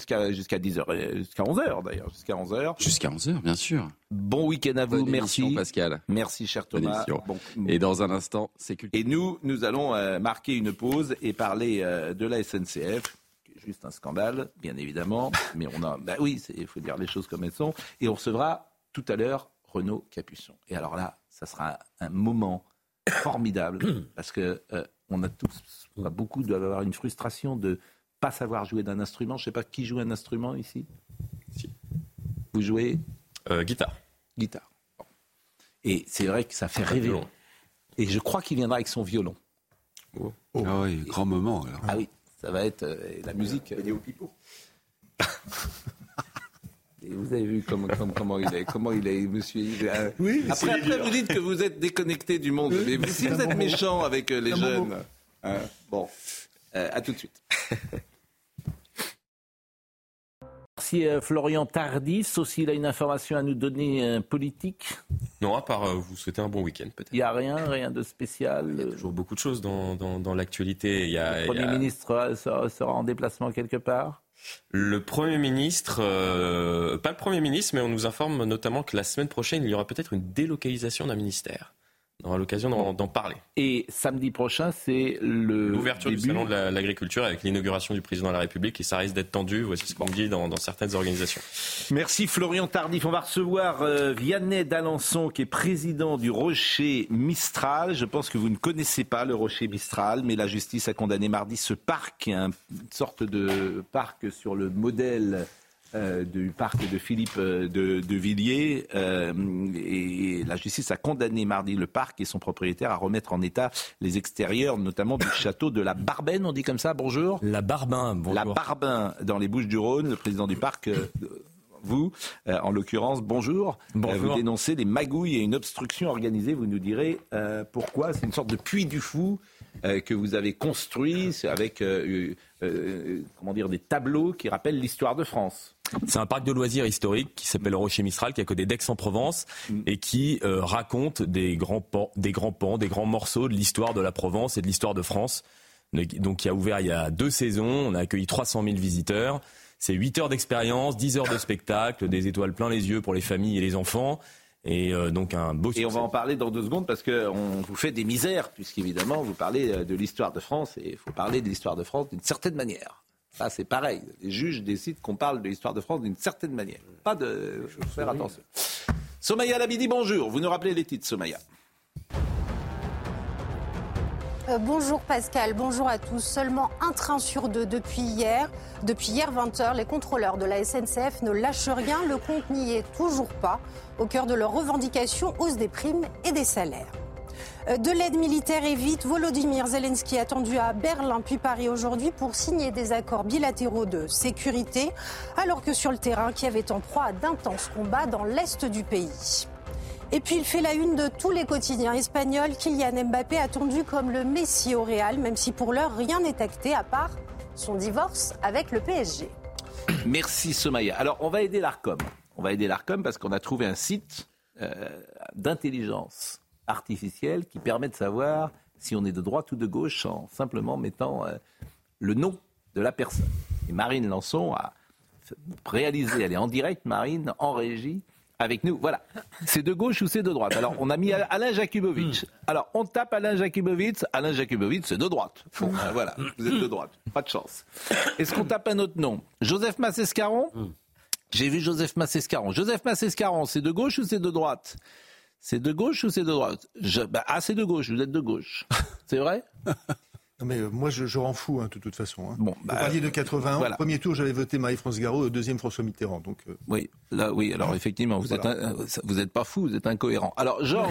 10h, jusqu'à 11h d'ailleurs, jusqu'à 11h. Jusqu'à 11h, bien sûr. Bon week-end à vous, merci Pascal. Merci cher Thomas. Et dans un instant, c'est culture. Et nous allons marquer une pause et parler de la SNCF, qui est juste un scandale, bien évidemment, mais il faut dire les choses comme elles sont, et on recevra tout à l'heure Renaud Capuçon. Et alors là, ça sera un moment formidable, parce que on a beaucoup doivent avoir une frustration de pas savoir jouer d'un instrument. Je ne sais pas qui joue un instrument ici. Si. Vous jouez Guitare. Guitare. Bon. Et c'est vrai que ça fait rêver. Violon. Et je crois qu'il viendra avec son violon. Oh. Ah oui, grand moment. Alors. Ah oui, ça va être la musique. Et au pipeau. Et vous avez vu comment il est, monsieur Yves. Oui, après vous dites que vous êtes déconnecté du monde. Oui, mais si vous êtes méchant avec les jeunes. Bon, à tout de suite. Merci Florian Tardif. Aussi, il a une information à nous donner politique. Non, à part vous souhaiter un bon week-end peut-être. Il n'y a rien de spécial. Il y a toujours beaucoup de choses dans l'actualité. Le Premier ministre sera en déplacement quelque part. Le Premier ministre, pas le Premier ministre, mais on nous informe notamment que la semaine prochaine, il y aura peut-être une délocalisation d'un ministère. On aura l'occasion d'en parler. Et samedi prochain, c'est l'ouverture du salon de l'agriculture avec l'inauguration du président de la République et ça risque d'être tendu. Voici ce qu'on dit dans certaines organisations. Merci Florian Tardif. On va recevoir Vianney d'Alençon qui est président du Rocher Mistral. Je pense que vous ne connaissez pas le Rocher Mistral, mais la justice a condamné mardi ce parc, une sorte de parc sur le modèle du parc de Philippe de Villiers. Et la justice a condamné mardi le parc et son propriétaire à remettre en état les extérieurs, notamment du château de la Barbaine, on dit comme ça, bonjour. La Barbin, bonjour. La Barbin, dans les Bouches-du-Rhône, le président du parc... Vous, en l'occurrence, bonjour. Vous dénoncez des magouilles et une obstruction organisée. Vous nous direz pourquoi. C'est une sorte de puits du fou que vous avez construit avec des tableaux qui rappellent l'histoire de France. C'est un parc de loisirs historique qui s'appelle le Rocher Mistral, qui est à côté d'Aix-en-Provence et qui raconte des grands pans, des grands morceaux de l'histoire de la Provence et de l'histoire de France. Donc, qui a ouvert il y a 2 saisons. On a accueilli 300 000 visiteurs. C'est 8 heures d'expérience, 10 heures de spectacle, des étoiles plein les yeux pour les familles et les enfants. Et donc un beau succès. Et on va en parler dans 2 secondes parce qu'on vous fait des misères, puisqu'évidemment vous parlez de l'histoire de France et il faut parler de l'histoire de France d'une certaine manière. Ça c'est pareil, les juges décident qu'on parle de l'histoire de France d'une certaine manière. Pas de... Il faut faire attention. Somaya Labidi, bonjour. Vous nous rappelez les titres, Somaya. Bonjour Pascal, bonjour à tous. Seulement un train sur 2 depuis hier. Depuis hier 20h, les contrôleurs de la SNCF ne lâchent rien. Le compte n'y est toujours pas. Au cœur de leurs revendications, hausse des primes et des salaires. De l'aide militaire et vite, Volodymyr Zelensky attendu à Berlin puis Paris aujourd'hui pour signer des accords bilatéraux de sécurité, alors que sur le terrain, Kiev est en proie à d'intenses combats dans l'est du pays. Et puis il fait la une de tous les quotidiens espagnols. Kylian Mbappé attendu comme le Messi au Real, même si pour l'heure rien n'est acté à part son divorce avec le PSG. Merci Somaya. Alors on va aider l'Arcom. On va aider l'Arcom parce qu'on a trouvé un site d'intelligence artificielle qui permet de savoir si on est de droite ou de gauche en simplement mettant le nom de la personne. Et Marine Lançon a réalisé, elle est en direct Marine, en régie, avec nous. Voilà, c'est de gauche ou c'est de droite. Alors, on a mis Alain Jakubowicz. Alors, on tape Alain Jakubowicz. Alain Jakubowicz, c'est de droite. Bon, voilà, vous êtes de droite. Pas de chance. Est-ce qu'on tape un autre nom ? Joseph Massescaron ? J'ai vu Joseph Massescaron. Joseph Massescaron, c'est de gauche ou c'est de droite ? C'est de gauche ou c'est de droite ? C'est de gauche, vous êtes de gauche. C'est vrai ? Non mais moi je rends fou de toute façon. Bon, vous parliez de 81. Voilà. Au premier tour j'avais voté Marie-France Garot, au deuxième François Mitterrand. Donc oui, là oui. Alors effectivement vous êtes pas fou, vous êtes incohérent. Alors Georges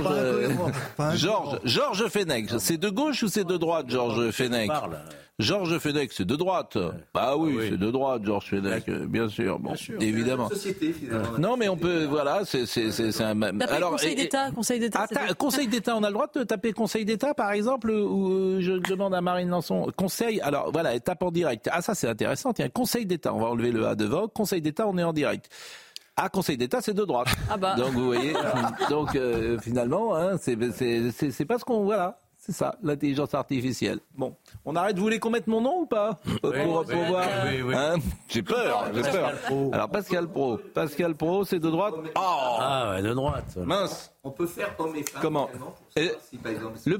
Fenech, c'est de gauche ou c'est de droite Georges Fenech ? Georges Fenech, c'est de droite. Bah oui, c'est de droite Georges Fenech, bien sûr. Bon, évidemment. Société finalement. Non mais on peut, voilà, c'est un. Alors Conseil d'État. Conseil d'État, on a le droit de taper Conseil d'État par exemple, ou je demande à Marine Lançon. Conseil, alors voilà, tape en direct. Ah ça c'est intéressant, tiens, Conseil d'État, on va enlever le A de Vogue, Conseil d'État, on est en direct. Ah, Conseil d'État, c'est de droite. Ah bah. Donc vous voyez, finalement, c'est pas ce qu'on... Voilà, c'est ça, l'intelligence artificielle. Bon, on arrête, vous voulez qu'on mette mon nom ou pas pour voir hein, j'ai peur. Alors Pascal Praud, c'est de droite. Oh ah ouais, de droite. Mince. On peut faire homme et femme. Comment si, par exemple, le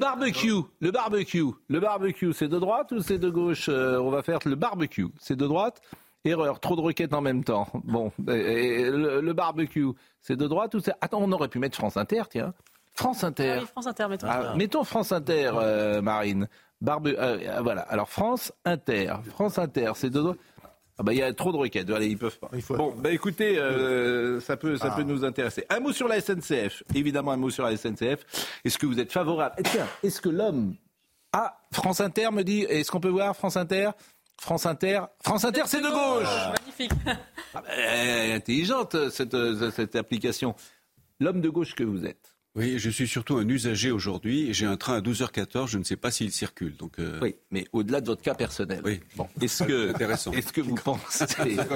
barbecue, c'est de droite ou c'est de gauche on va faire le barbecue, c'est de droite. Erreur, trop de requêtes en même temps. Bon, le barbecue, c'est de droite ou c'est... Attends, on aurait pu mettre France Inter, tiens. France Inter. Ah oui, France Inter, mettons. Mettons France Inter, Marine. Voilà, alors France Inter, c'est de droite. Ah bah il y a trop de requêtes, allez, ils peuvent pas. Bon, bah écoutez, ça peut nous intéresser. Un mot sur la SNCF, évidemment un mot sur la SNCF. Est-ce que vous êtes favorable ? Tiens, est-ce que l'homme... Ah, France Inter me dit, est-ce qu'on peut voir France Inter, c'est de gauche. Magnifique. Intelligente cette application. L'homme de gauche que vous êtes. Oui, je suis surtout un usager aujourd'hui. J'ai un train à 12h14, je ne sais pas s'il circule. Donc oui, mais au-delà de votre cas personnel. Oui. Bon, est-ce que vous pensez...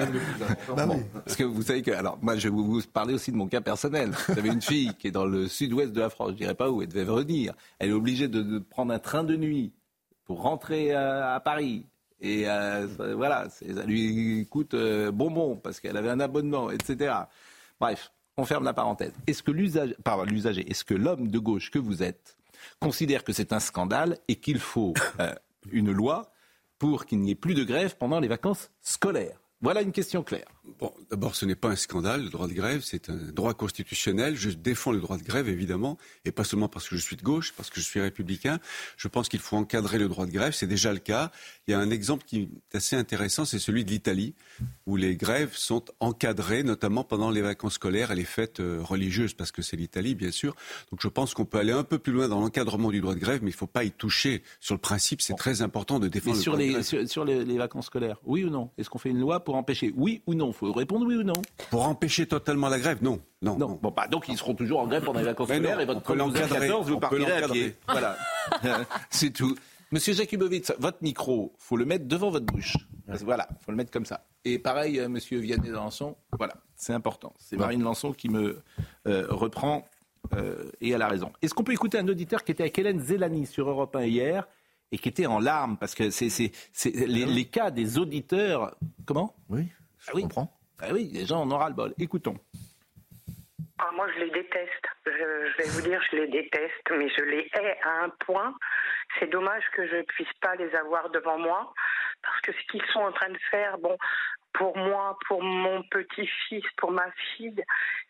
Parce que vous savez que... Alors, moi, je vais vous parler aussi de mon cas personnel. Vous avez une fille qui est dans le sud-ouest de la France, je ne dirais pas où, elle devait venir. Elle est obligée de prendre un train de nuit pour rentrer à Paris. Et voilà, ça lui coûte bonbon parce qu'elle avait un abonnement, etc. Bref, on ferme la parenthèse. Est-ce que est-ce que l'homme de gauche que vous êtes considère que c'est un scandale et qu'il faut une loi pour qu'il n'y ait plus de grève pendant les vacances scolaires ? Voilà une question claire. Bon, d'abord, ce n'est pas un scandale, le droit de grève, c'est un droit constitutionnel. Je défends le droit de grève, évidemment, et pas seulement parce que je suis de gauche, parce que je suis républicain. Je pense qu'il faut encadrer le droit de grève, c'est déjà le cas. Il y a un exemple qui est assez intéressant, c'est celui de l'Italie, où les grèves sont encadrées, notamment pendant les vacances scolaires et les fêtes religieuses, parce que c'est l'Italie, bien sûr. Donc je pense qu'on peut aller un peu plus loin dans l'encadrement du droit de grève, mais il ne faut pas y toucher. Sur le principe, c'est très important de défendre le droit de grève. Sur les vacances scolaires, oui ou non? Est-ce qu'on fait une loi pour empêcher? Oui ou non? Il faut répondre oui ou non. Pour empêcher totalement la grève, non. Non. Bon, donc ils seront toujours en grève pendant les vacances scolaires et quand vous êtes 14, vous partirez à pied. Voilà. C'est tout. Monsieur Jakubowicz, votre micro, faut le mettre devant votre bouche. Voilà, faut le mettre comme ça. Et pareil, monsieur Vianney Lançon, voilà, c'est important. C'est Marine Lançon qui me reprend et elle a raison. Est-ce qu'on peut écouter un auditeur qui était avec Hélène Zélani sur Europe 1 hier et qui était en larmes parce que c'est les cas des auditeurs. Comment? Oui, je comprends. Ah oui, les gens en ont ras-le-bol. Écoutons. Moi, je les déteste. Je vais vous dire, je les déteste, mais je les hais à un point. C'est dommage que je ne puisse pas les avoir devant moi, parce que ce qu'ils sont en train de faire, bon, pour moi, pour mon petit-fils, pour ma fille,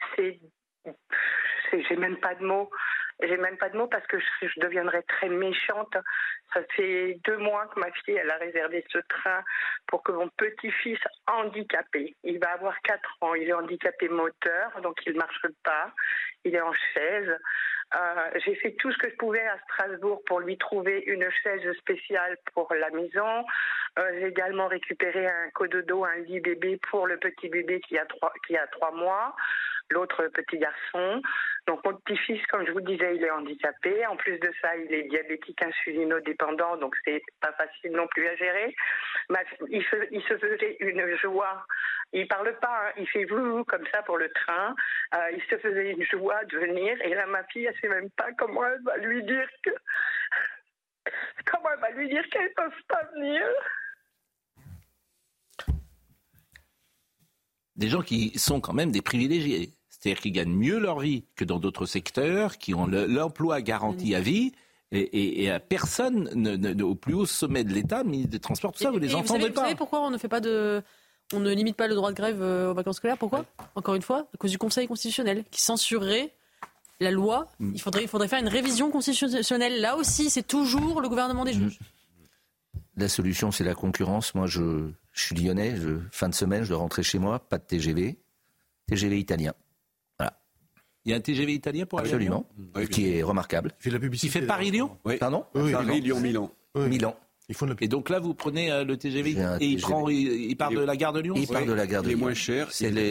j'ai même pas de mots. J'ai même pas de mots parce que je deviendrais très méchante. Ça fait 2 mois que ma fille, elle a réservé ce train pour que mon petit-fils handicapé, il va avoir 4 ans, il est handicapé moteur, donc il ne marche pas, il est en chaise. J'ai fait tout ce que je pouvais à Strasbourg pour lui trouver une chaise spéciale pour la maison. J'ai également récupéré un cododo, un lit bébé pour le petit bébé qui a 3 mois. L'autre petit garçon. Donc mon petit-fils, comme je vous disais, il est handicapé. En plus de ça, il est diabétique insulinodépendant, donc c'est pas facile non plus à gérer. Il se faisait une joie. Il parle pas, hein, il fait vous comme ça pour le train. Il se faisait une joie de venir. Et là, ma fille, elle sait même pas comment elle va lui dire qu'elles ne peuvent pas venir. Des gens qui sont quand même des privilégiés. C'est-à-dire qu'ils gagnent mieux leur vie que dans d'autres secteurs, qui ont l'emploi garanti à vie, et personne au plus haut sommet de l'État, ministre des Transports, tout ça, vous les entendez pas. Vous savez pourquoi on ne limite pas le droit de grève aux vacances scolaires? Pourquoi? Encore une fois, à cause du Conseil constitutionnel, qui censurerait la loi. Il faudrait faire une révision constitutionnelle. Là aussi, c'est toujours le gouvernement des juges. La solution, c'est la concurrence. Moi, je suis lyonnais, fin de semaine, je dois rentrer chez moi, pas de TGV italien. Voilà. Il y a un TGV italien pour aller Absolument, qui est remarquable. Il fait la publicité. Il fait Paris-Lyon? Oui. Pardon? Oui, Paris-Lyon-Milan. Milan. Et donc là, vous prenez le TGV et il part de la gare de Lyon? Il part de la gare de Lyon. Il est moins cher.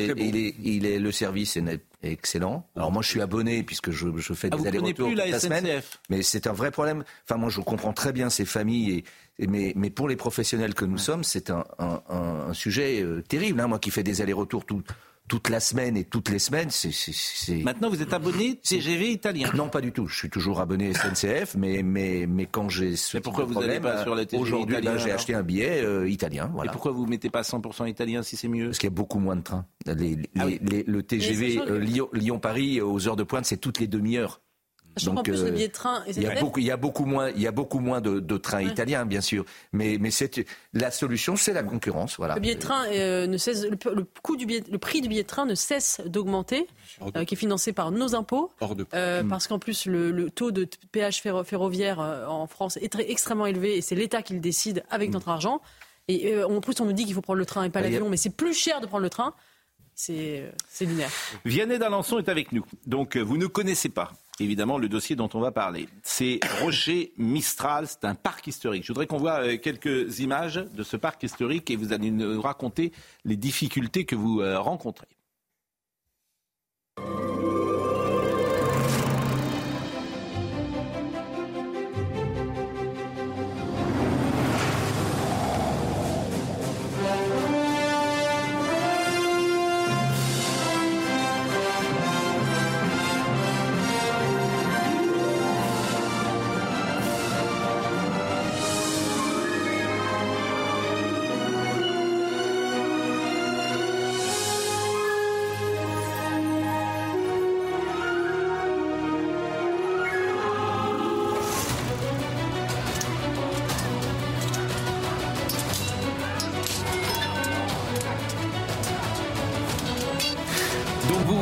Le service est excellent. Alors moi, je suis abonné puisque je fais des allers-retours toute la semaine. Mais c'est un vrai problème. Enfin, moi, je comprends très bien ces familles. Mais pour les professionnels que nous sommes, c'est un sujet terrible. Moi qui fais des allers-retours toute la semaine et toutes les semaines, c'est... Maintenant, vous êtes abonné TGV italien? Non, pas du tout. Je suis toujours abonné SNCF, mais quand j'ai ce pourquoi vous n'allez pas sur la TGV aujourd'hui, italien, j'ai acheté un billet italien. Voilà. Et pourquoi vous ne mettez pas 100% italien si c'est mieux? Parce qu'il y a beaucoup moins de trains. Le TGV Lyon-Paris aux heures de pointe, c'est toutes les demi-heures. Donc, en plus, le billet de train, il y a beaucoup moins de trains italiens, bien sûr. Mais la solution, c'est la concurrence. Voilà. Le billet de train ne cesse, le prix du billet de train ne cesse d'augmenter, qui est financé par nos impôts, parce qu'en plus le taux de péage ferroviaire en France est extrêmement élevé et c'est l'État qui le décide avec notre argent. Et en plus, on nous dit qu'il faut prendre le train et pas l'avion, mais c'est plus cher de prendre le train. C'est lunaire. Vianney d'Alençon est avec nous. Donc, vous ne connaissez pas, évidemment, le dossier dont on va parler. C'est Rocher Mistral, c'est un parc historique. Je voudrais qu'on voit quelques images de ce parc historique et vous allez nous raconter les difficultés que vous rencontrez.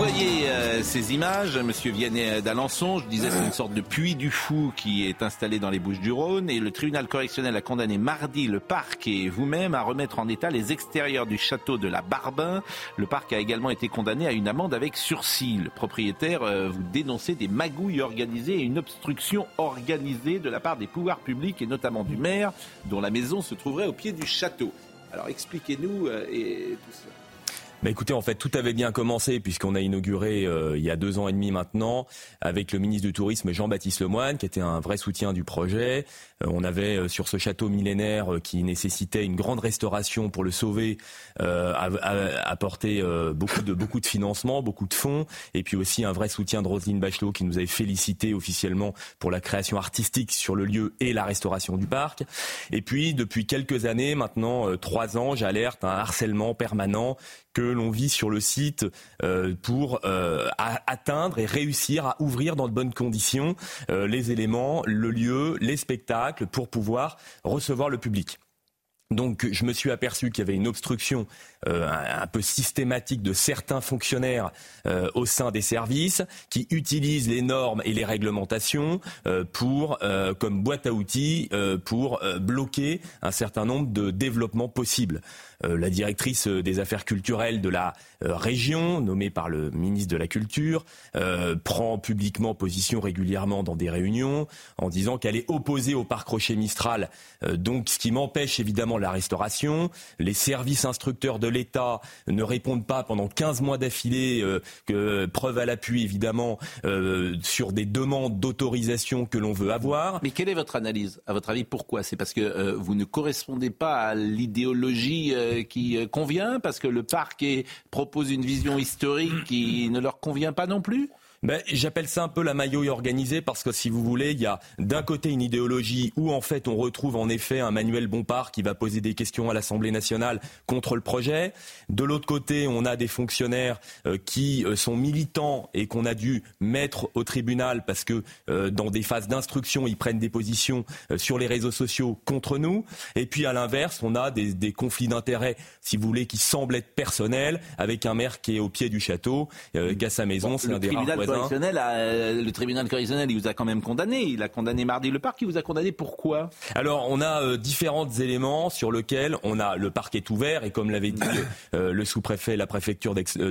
voyez ces images, Monsieur Vianney d'Alençon, je disais c'est une sorte de puits du fou qui est installé dans les Bouches-du-Rhône et le tribunal correctionnel a condamné mardi le parc et vous-même à remettre en état les extérieurs du château de la Barbin. Le parc a également été condamné à une amende avec sursis. Le propriétaire vous dénonçait des magouilles organisées et une obstruction organisée de la part des pouvoirs publics et notamment du maire dont la maison se trouverait au pied du château. Alors expliquez-nous et tout cela. Bah écoutez, en fait, tout avait bien commencé puisqu'on a inauguré il y a 2 ans et demi maintenant avec le ministre du Tourisme Jean-Baptiste Lemoyne qui était un vrai soutien du projet. On avait sur ce château millénaire qui nécessitait une grande restauration pour le sauver, apporté beaucoup de financement, beaucoup de fonds et puis aussi un vrai soutien de Roselyne Bachelot qui nous avait félicité officiellement pour la création artistique sur le lieu et la restauration du parc. Et puis depuis quelques années, maintenant 3 ans, j'alerte un harcèlement permanent que l'on vit sur le site pour atteindre et réussir à ouvrir dans de bonnes conditions les éléments, le lieu, les spectacles pour pouvoir recevoir le public. Donc je me suis aperçu qu'il y avait une obstruction un peu systématique de certains fonctionnaires au sein des services qui utilisent les normes et les réglementations pour comme boîte à outils pour bloquer un certain nombre de développements possibles. La directrice des affaires culturelles de la région, nommée par le ministre de la Culture, prend publiquement position régulièrement dans des réunions en disant qu'elle est opposée au parc Rocher-Mistral, donc ce qui m'empêche évidemment la restauration. Les services instructeurs de l'État ne répondent pas pendant 15 mois d'affilée, preuve à l'appui évidemment, sur des demandes d'autorisation que l'on veut avoir. Mais quelle est votre analyse ? À votre avis, pourquoi ? C'est parce que vous ne correspondez pas à l'idéologie qui convient ? Parce que le parc propose une vision historique qui ne leur convient pas non plus ? J'appelle ça un peu la maillot organisée parce que si vous voulez, il y a d'un côté une idéologie où en fait on retrouve en effet un Manuel Bompard qui va poser des questions à l'Assemblée nationale contre le projet. De l'autre côté, on a des fonctionnaires qui sont militants et qu'on a dû mettre au tribunal parce que dans des phases d'instruction, ils prennent des positions sur les réseaux sociaux contre nous. Et puis à l'inverse, on a des conflits d'intérêts, si vous voulez, qui semblent être personnels avec un maire qui est au pied du château, qui a sa maison, c'est un des rares voisins. Le tribunal correctionnel, il vous a quand même condamné. Il a condamné mardi le parc. Il vous a condamné pourquoi ? Alors, on a différents éléments sur lesquels le parc est ouvert et comme l'avait dit le sous-préfet, la préfecture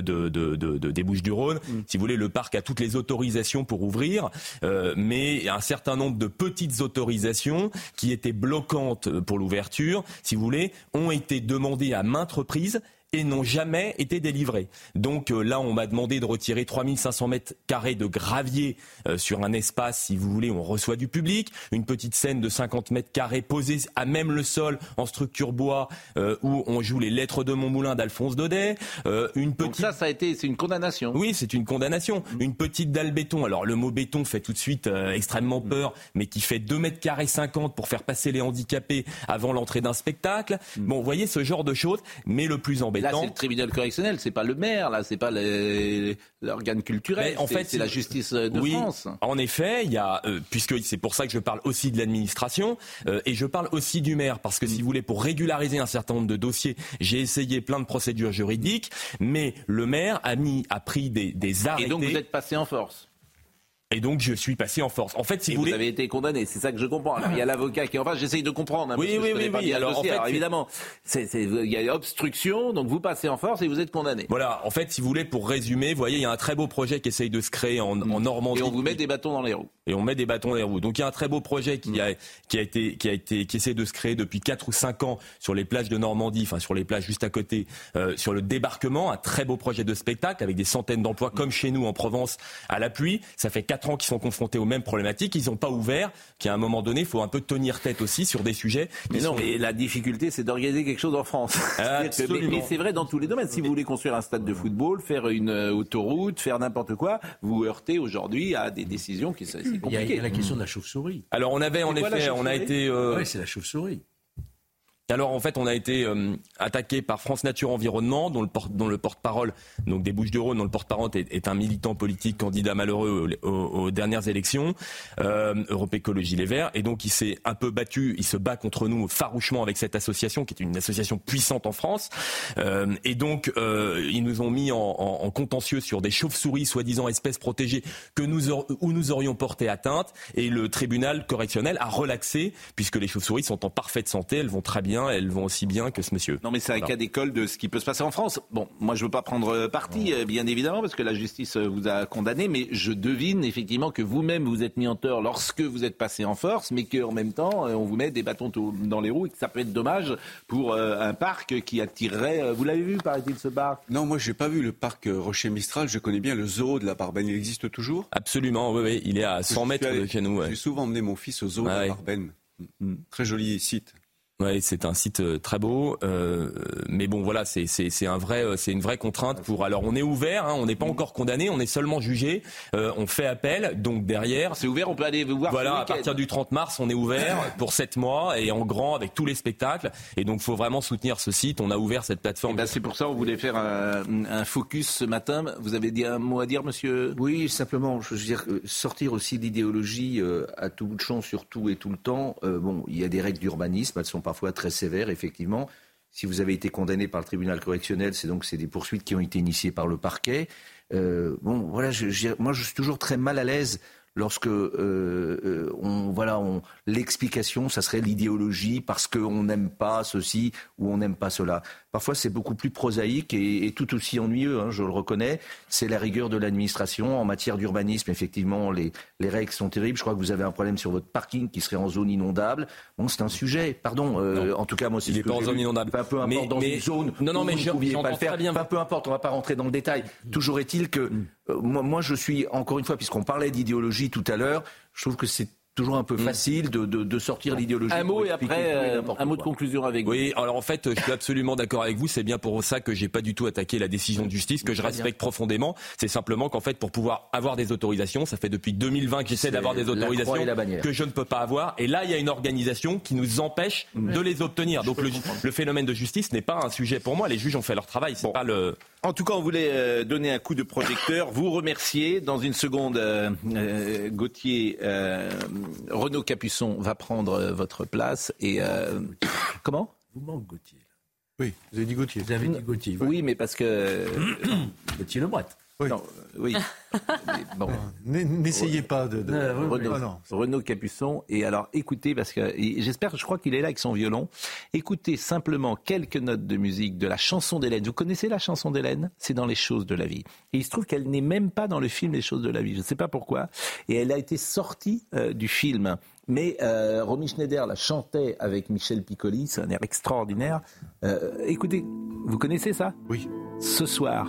des Bouches-du-Rhône, si vous voulez, le parc a toutes les autorisations pour ouvrir, mais un certain nombre de petites autorisations qui étaient bloquantes pour l'ouverture, si vous voulez, ont été demandées à maintes reprises et n'ont jamais été délivrés. Donc là, on m'a demandé de retirer 3500 mètres carrés de gravier sur un espace, si vous voulez, où on reçoit du public, une petite scène de 50 mètres carrés posée à même le sol en structure bois où on joue les lettres de Montmoulin d'Alphonse Daudet. Donc c'est une condamnation. Oui, c'est une condamnation. Une petite dalle béton. Alors le mot béton fait tout de suite extrêmement peur, mais qui fait 2 mètres carrés 50 pour faire passer les handicapés avant l'entrée d'un spectacle. Bon, vous voyez ce genre de choses, mais le plus embêtant. Là, c'est le tribunal correctionnel, c'est pas le maire, là, c'est pas l'organe culturel, en fait, c'est la justice de France. En effet, il y a, puisque c'est pour ça que je parle aussi de l'administration, et je parle aussi du maire, parce que si vous voulez, pour régulariser un certain nombre de dossiers, j'ai essayé plein de procédures juridiques, mais le maire a pris des arrêtés. Et donc vous êtes passé en force ? Et donc je suis passé en force. En fait, si vous voulez, vous avez été condamné, c'est ça que je comprends. Alors, il y a l'avocat qui est en face. J'essaye de comprendre. Oui. Alors, en fait, évidemment, il y a obstruction, donc vous passez en force et vous êtes condamné. Voilà. En fait, si vous voulez, pour résumer, vous voyez, il y a un très beau projet qui essaye de se créer en Normandie. Et on vous met des bâtons dans les roues. Et on met des bâtons dans les roues. Donc il y a un très beau projet qui essaie de se créer depuis 4 ou 5 ans sur les plages de Normandie, enfin sur les plages juste à côté, sur le débarquement, un très beau projet de spectacle avec des centaines d'emplois comme chez nous en Provence à l'appui. Ça fait 4 ans qu'ils sont confrontés aux mêmes problématiques, ils n'ont pas ouvert, qu'à un moment donné, il faut un peu tenir tête aussi sur des sujets. Mais la difficulté, c'est d'organiser quelque chose en France. Mais c'est vrai dans tous les domaines. Si vous voulez construire un stade de football, faire une autoroute, faire n'importe quoi, vous heurtez aujourd'hui à des décisions qui sont compliquées. Il y a la question de la chauve-souris. Alors on avait en effet, on a été... Oui, c'est la chauve-souris. Alors en fait, on a été attaqué par France Nature Environnement, dont le porte-parole, donc des Bouches-du-Rhône, dont le porte-parole est un militant politique candidat malheureux aux dernières élections, Europe Écologie Les Verts, et donc il s'est un peu battu, il se bat contre nous farouchement avec cette association qui est une association puissante en France, et donc ils nous ont mis en contentieux sur des chauves-souris soi-disant espèces protégées où nous aurions porté atteinte, et le tribunal correctionnel a relaxé puisque les chauves-souris sont en parfaite santé, elles vont très bien. Elles vont aussi bien que ce monsieur. Non mais c'est un cas d'école de ce qui peut se passer en France. Bon, moi je veux pas prendre parti, bien évidemment, parce que la justice vous a condamné, mais je devine effectivement que vous-même vous êtes mis en tort lorsque vous êtes passé en force, mais qu'en même temps on vous met des bâtons dans les roues et que ça peut être dommage pour un parc qui attirerait... Vous l'avez vu, paraît-il, ce parc ? Non, moi j'ai pas vu le parc Rocher-Mistral, je connais bien le zoo de la Barben, il existe toujours ? Absolument, oui, il est à 100 mètres de chez nous. Ouais. J'ai souvent emmené mon fils au zoo de la Barben. Très joli site. Ouais, c'est un site très beau, mais bon voilà, c'est une vraie contrainte pour. Alors on est ouvert, on n'est pas encore condamné, on est seulement jugé, on fait appel, donc derrière. C'est ouvert, on peut aller vous voir. Voilà, à partir du 30 mars, on est ouvert pour 7 mois et en grand avec tous les spectacles, et donc faut vraiment soutenir ce site. On a ouvert cette plateforme. C'est pour ça on voulait faire un focus ce matin. Vous avez un mot à dire, monsieur ? Oui, simplement, je veux dire sortir aussi d'idéologie à tout bout de champ, sur tout et tout le temps. Bon, il y a des règles d'urbanisme, elles sont parfois très sévères, effectivement. Si vous avez été condamné par le tribunal correctionnel, c'est des poursuites qui ont été initiées par le parquet. Bon, voilà, moi je suis toujours très mal à l'aise lorsque l'explication, ça serait l'idéologie parce qu'on n'aime pas ceci ou on n'aime pas cela. Parfois, c'est beaucoup plus prosaïque et tout aussi ennuyeux, je le reconnais. C'est la rigueur de l'administration. En matière d'urbanisme, effectivement, les règles sont terribles. Je crois que vous avez un problème sur votre parking qui serait en zone inondable. Bon, c'est un sujet, pardon. En tout cas, moi, c'est il n'est pas en zone inondable. Peu importe, dans une zone où vous ne pouviez pas le faire. Peu importe, on ne va pas rentrer dans le détail. Toujours est-il que moi, je suis, encore une fois, puisqu'on parlait d'idéologie tout à l'heure, je trouve que c'est toujours un peu facile de sortir l'idéologie. Un mot et après un mot de conclusion avec vous. Oui, alors en fait, je suis absolument d'accord avec vous. C'est bien pour ça que j'ai pas du tout attaqué la décision de justice, que je respecte profondément. C'est simplement qu'en fait, pour pouvoir avoir des autorisations, ça fait depuis 2020 que j'essaie d'avoir des autorisations que je ne peux pas avoir. Et là, il y a une organisation qui nous empêche de les obtenir. Donc le phénomène de justice n'est pas un sujet pour moi. Les juges ont fait leur travail. C'est pas le... En tout cas, on voulait donner un coup de projecteur, vous remercier. Dans une seconde, Gauthier, Renaud Capuçon va prendre votre place. Et comment ? Vous manque Gauthier. Oui, vous avez dit Gauthier. Vous avez dit Gauthier. Oui, mais parce que... Gauthier Lebret. Oui. Non, oui. Bon. N'essayez pas de... Renaud Capuçon. Et alors, écoutez, parce que je crois qu'il est là avec son violon. Écoutez simplement quelques notes de musique de la chanson d'Hélène. Vous connaissez la chanson d'Hélène ? C'est dans Les Choses de la vie. Et il se trouve qu'elle n'est même pas dans le film Les Choses de la vie. Je ne sais pas pourquoi. Et elle a été sortie du film. Mais Romy Schneider la chantait avec Michel Piccoli. C'est un air extraordinaire. Écoutez, vous connaissez ça ? Oui. Ce soir,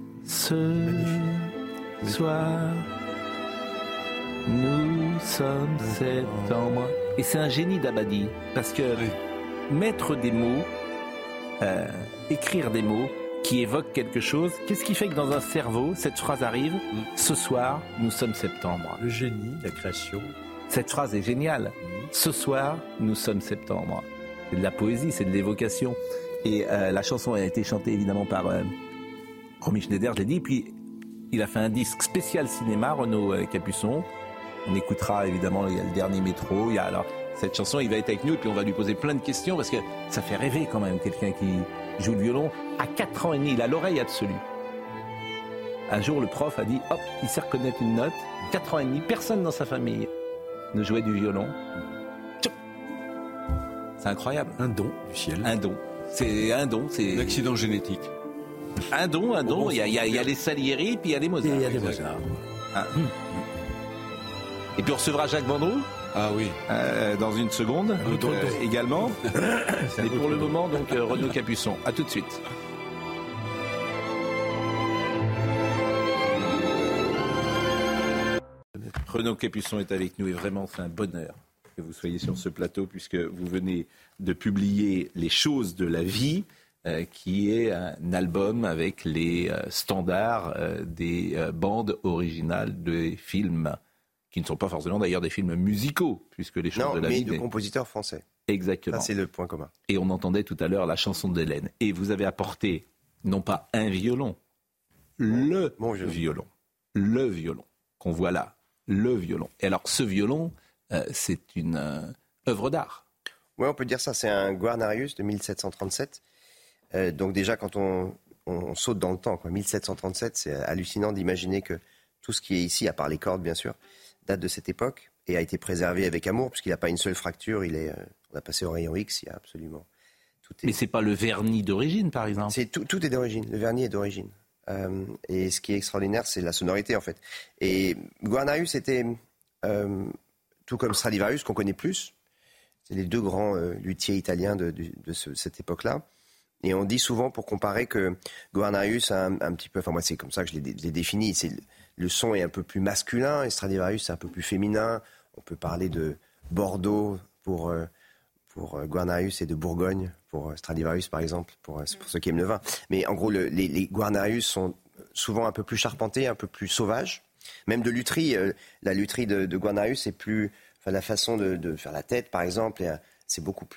nous sommes septembre. Et c'est un génie d'Abadi. Parce que mettre des mots, écrire des mots qui évoquent quelque chose, qu'est-ce qui fait que dans un cerveau, cette phrase arrive ? Ce soir, nous sommes septembre. Le génie, la création. Cette phrase est géniale. Ce soir, nous sommes septembre. C'est de la poésie, c'est de l'évocation. Et la chanson a été chantée évidemment par Romy Schneider, je l'ai dit. Puis il a fait un disque spécial cinéma, Renaud Capuçon. On écoutera évidemment, il y a le dernier métro. Il y a alors cette chanson, il va être avec nous et puis on va lui poser plein de questions parce que ça fait rêver quand même quelqu'un qui joue le violon à 4 ans et demi. Il a l'oreille absolue. Un jour, le prof a dit, hop, il sait reconnaître une note. 4 ans et demi, personne dans sa famille ne jouait du violon. C'est incroyable. Un don du ciel. Un don. C'est un don. C'est l'accident génétique. Un don. Il y a les Salieri, puis il y a les Mozart. Et il y a les Mozart. Et puis on recevra Jacques Vendroux. Ah oui. Dans une seconde, également. Et pour le moment, donc, Renaud Capuçon. À tout de suite. Renaud Capuçon est avec nous et vraiment c'est un bonheur que vous soyez sur ce plateau puisque vous venez de publier Les Choses de la vie, qui est un album avec les standards des bandes originales des films, qui ne sont pas forcément d'ailleurs des films musicaux, puisque Les Choses de la vie... de compositeurs français. Exactement. Ça, c'est le point commun. Et on entendait tout à l'heure la chanson d'Hélène. Et vous avez apporté, non pas un violon, le violon. Le violon qu'on voit là. Le violon. Et alors, ce violon, c'est une œuvre d'art. Oui, on peut dire ça. C'est un Guarnarius de 1737. Donc déjà, quand on saute dans le temps, 1737, c'est hallucinant d'imaginer que tout ce qui est ici, à part les cordes, bien sûr, date de cette époque et a été préservé avec amour, puisqu'il n'a pas une seule fracture. On a passé au rayon X, il y a absolument... Mais c'est pas le vernis d'origine, par exemple. Tout est d'origine. Le vernis est d'origine. Et ce qui est extraordinaire, c'est la sonorité, en fait. Et Guarnarius était, tout comme Stradivarius, qu'on connaît plus, c'est les deux grands luthiers italiens de cette époque-là. Et on dit souvent, pour comparer, que Guarnarius a un petit peu... Enfin, moi, c'est comme ça que je l'ai défini. Le son est un peu plus masculin, et Stradivarius, c'est un peu plus féminin. On peut parler de Bordeaux pour Guarnarius et de Bourgogne pour Stradivarius, par exemple, pour ceux qui aiment le vin. Mais en gros, les Guarnarius sont souvent un peu plus charpentés, un peu plus sauvages. Même de lutherie, la lutherie de Guarnarius, c'est plus... Enfin, la façon de faire la tête, par exemple, c'est beaucoup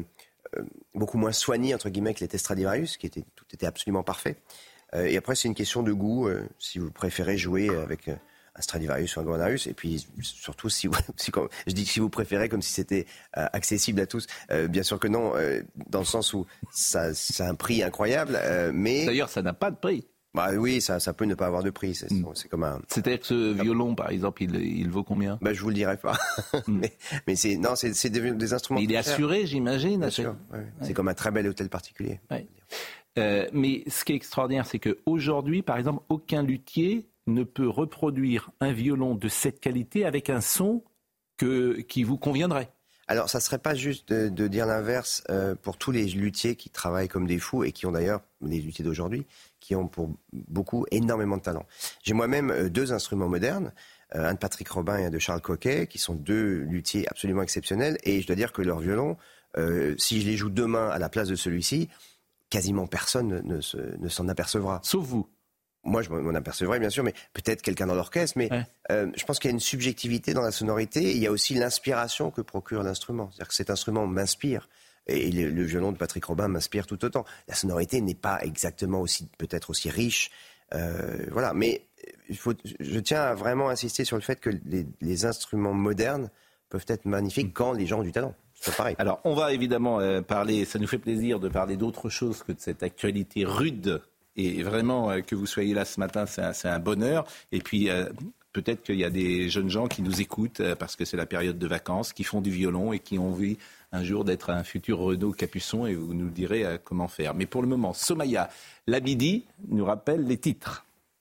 moins soigné, entre guillemets, que l'était Stradivarius, tout était absolument parfait. Et après, c'est une question de goût, si vous préférez jouer avec un Stradivarius ou un Guarnarius, et puis surtout si vous préférez, comme si c'était accessible à tous. Bien sûr que non, dans le sens où ça a un prix incroyable, mais... D'ailleurs, ça n'a pas de prix. Bah oui, ça peut ne pas avoir de prix. C'est comme un... C'est-à-dire que ce violon, par exemple, il vaut combien ? Je vous le dirai pas. mais c'est des instruments. Mais il est assuré, j'imagine. Bien sûr. Ouais. C'est comme un très bel hôtel particulier. Ouais. Mais ce qui est extraordinaire, c'est qu'aujourd'hui, par exemple, aucun luthier ne peut reproduire un violon de cette qualité avec un son qui vous conviendrait. Alors, ça ne serait pas juste de dire l'inverse pour tous les luthiers qui travaillent comme des fous et qui ont d'ailleurs, les luthiers d'aujourd'hui, qui ont pour beaucoup énormément de talent. J'ai moi-même 2 instruments modernes, un de Patrick Robin et un de Charles Coquet, qui sont 2 luthiers absolument exceptionnels. Et je dois dire que leurs violons, si je les joue demain à la place de celui-ci, quasiment personne ne s'en apercevra. Sauf vous. Moi, je m'en apercevrai, bien sûr, mais peut-être quelqu'un dans l'orchestre. Mais je pense qu'il y a une subjectivité dans la sonorité. Et il y a aussi l'inspiration que procure l'instrument. C'est-à-dire que cet instrument m'inspire. Et le violon de Patrick Robin m'inspire tout autant. La sonorité n'est pas exactement peut-être aussi riche. Voilà. Mais je tiens à vraiment insister sur le fait que les instruments modernes peuvent être magnifiques quand les gens ont du talent. C'est pareil. Alors, on va évidemment parler, ça nous fait plaisir de parler d'autre chose que de cette actualité rude. Et vraiment, que vous soyez là ce matin, c'est un bonheur. Et puis, peut-être qu'il y a des jeunes gens qui nous écoutent, parce que c'est la période de vacances, qui font du violon et qui ont envie un jour d'être un futur Renaud Capuçon, et vous nous direz comment faire. Mais pour le moment, Somaya Labidi nous rappelle les titres.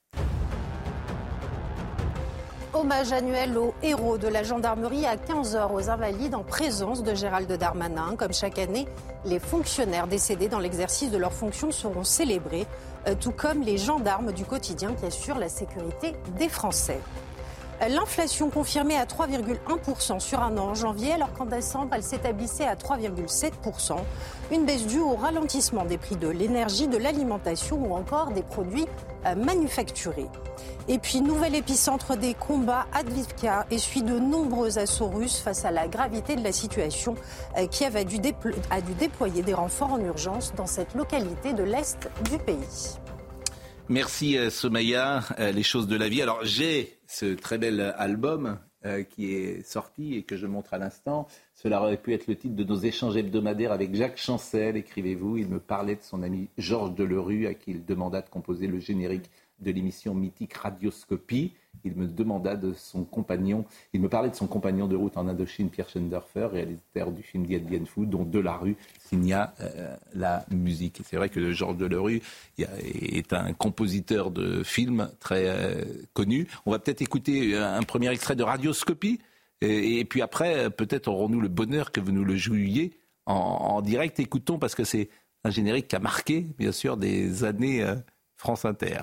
Hommage annuel aux héros de la gendarmerie à 15h aux Invalides en présence de Gérald Darmanin. Comme chaque année, les fonctionnaires décédés dans l'exercice de leurs fonctions seront célébrés, tout comme les gendarmes du quotidien qui assurent la sécurité des Français. L'inflation confirmée à 3,1% sur un an en janvier, alors qu'en décembre, elle s'établissait à 3,7%. Une baisse due au ralentissement des prix de l'énergie, de l'alimentation ou encore des produits manufacturés. Et puis, nouvel épicentre des combats, Avdiivka essuie de nombreux assauts russes face à la gravité de la situation. Kiev a dû déployer des renforts en urgence dans cette localité de l'Est du pays. Merci Somaya, les choses de la vie. Alors j'ai ce très bel album qui est sorti et que je montre à l'instant. Cela aurait pu être le titre de nos échanges hebdomadaires avec Jacques Chancel, écrivez-vous. Il me parlait de son ami Georges Delerue à qui il demanda de composer le générique de l'émission mythique Radioscopie. Il me demanda de son compagnon, il me parlait de son compagnon de route en Indochine, Pierre Schendorfer, réalisateur du film Dien Bien Phu, dont Delarue signa la musique. Et c'est vrai que Georges Delerue est un compositeur de films très connu. On va peut-être écouter un premier extrait de Radioscopie, et puis après, peut-être aurons-nous le bonheur que vous nous le jouiez en direct. Écoutons, parce que c'est un générique qui a marqué, bien sûr, des années France Inter.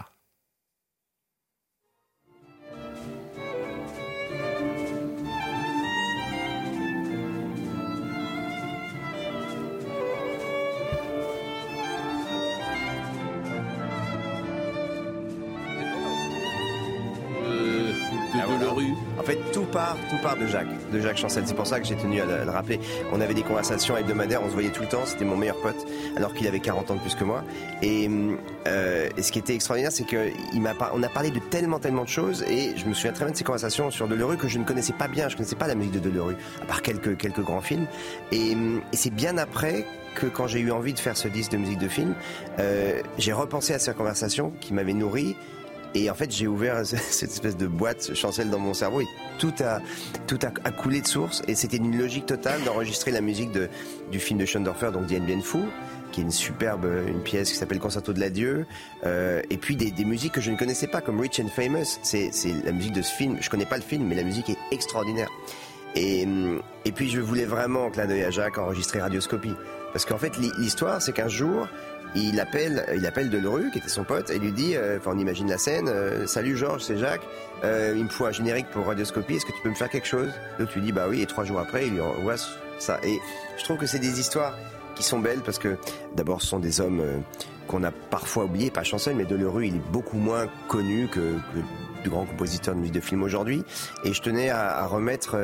Delerue. En fait, tout part de Jacques Chancel. C'est pour ça que j'ai tenu à le rappeler. On avait des conversations hebdomadaires, on se voyait tout le temps. C'était mon meilleur pote, alors qu'il avait 40 ans de plus que moi. Et ce qui était extraordinaire, c'est qu'on a parlé de tellement de choses. Et je me souviens très bien de ces conversations sur Delerue que je ne connaissais pas bien. Je ne connaissais pas la musique de Delerue, à part quelques grands films. Et c'est bien après que quand j'ai eu envie de faire ce disque de musique de film, j'ai repensé à ces conversations qui m'avaient nourri. Et en fait, j'ai ouvert cette espèce de boîte Chancel dans mon cerveau et tout a coulé de source. Et c'était une logique totale d'enregistrer la musique du film de Schoendorfer, donc Die Bien Fou, qui est une pièce qui s'appelle Concerto de l'adieu. Et puis des musiques que je ne connaissais pas, comme Rich and Famous. C'est la musique de ce film. Je connais pas le film, mais la musique est extraordinaire. Et puis je voulais vraiment, en clin d'œil à Jacques, enregistrer Radioscopie. Parce qu'en fait, l'histoire, c'est qu'un jour, il appelle Delerue, qui était son pote, et lui dit, on imagine la scène, salut Georges, c'est Jacques, il me faut un générique pour Radioscopie, est-ce que tu peux me faire quelque chose? L'autre lui dit, bah oui, et 3 jours après, il lui envoie ça. Et je trouve que c'est des histoires qui sont belles, parce que d'abord, ce sont des hommes qu'on a parfois oubliés, pas Chancel, mais Delerue, il est beaucoup moins connu que de grands compositeurs de musique de film aujourd'hui, et je tenais à remettre,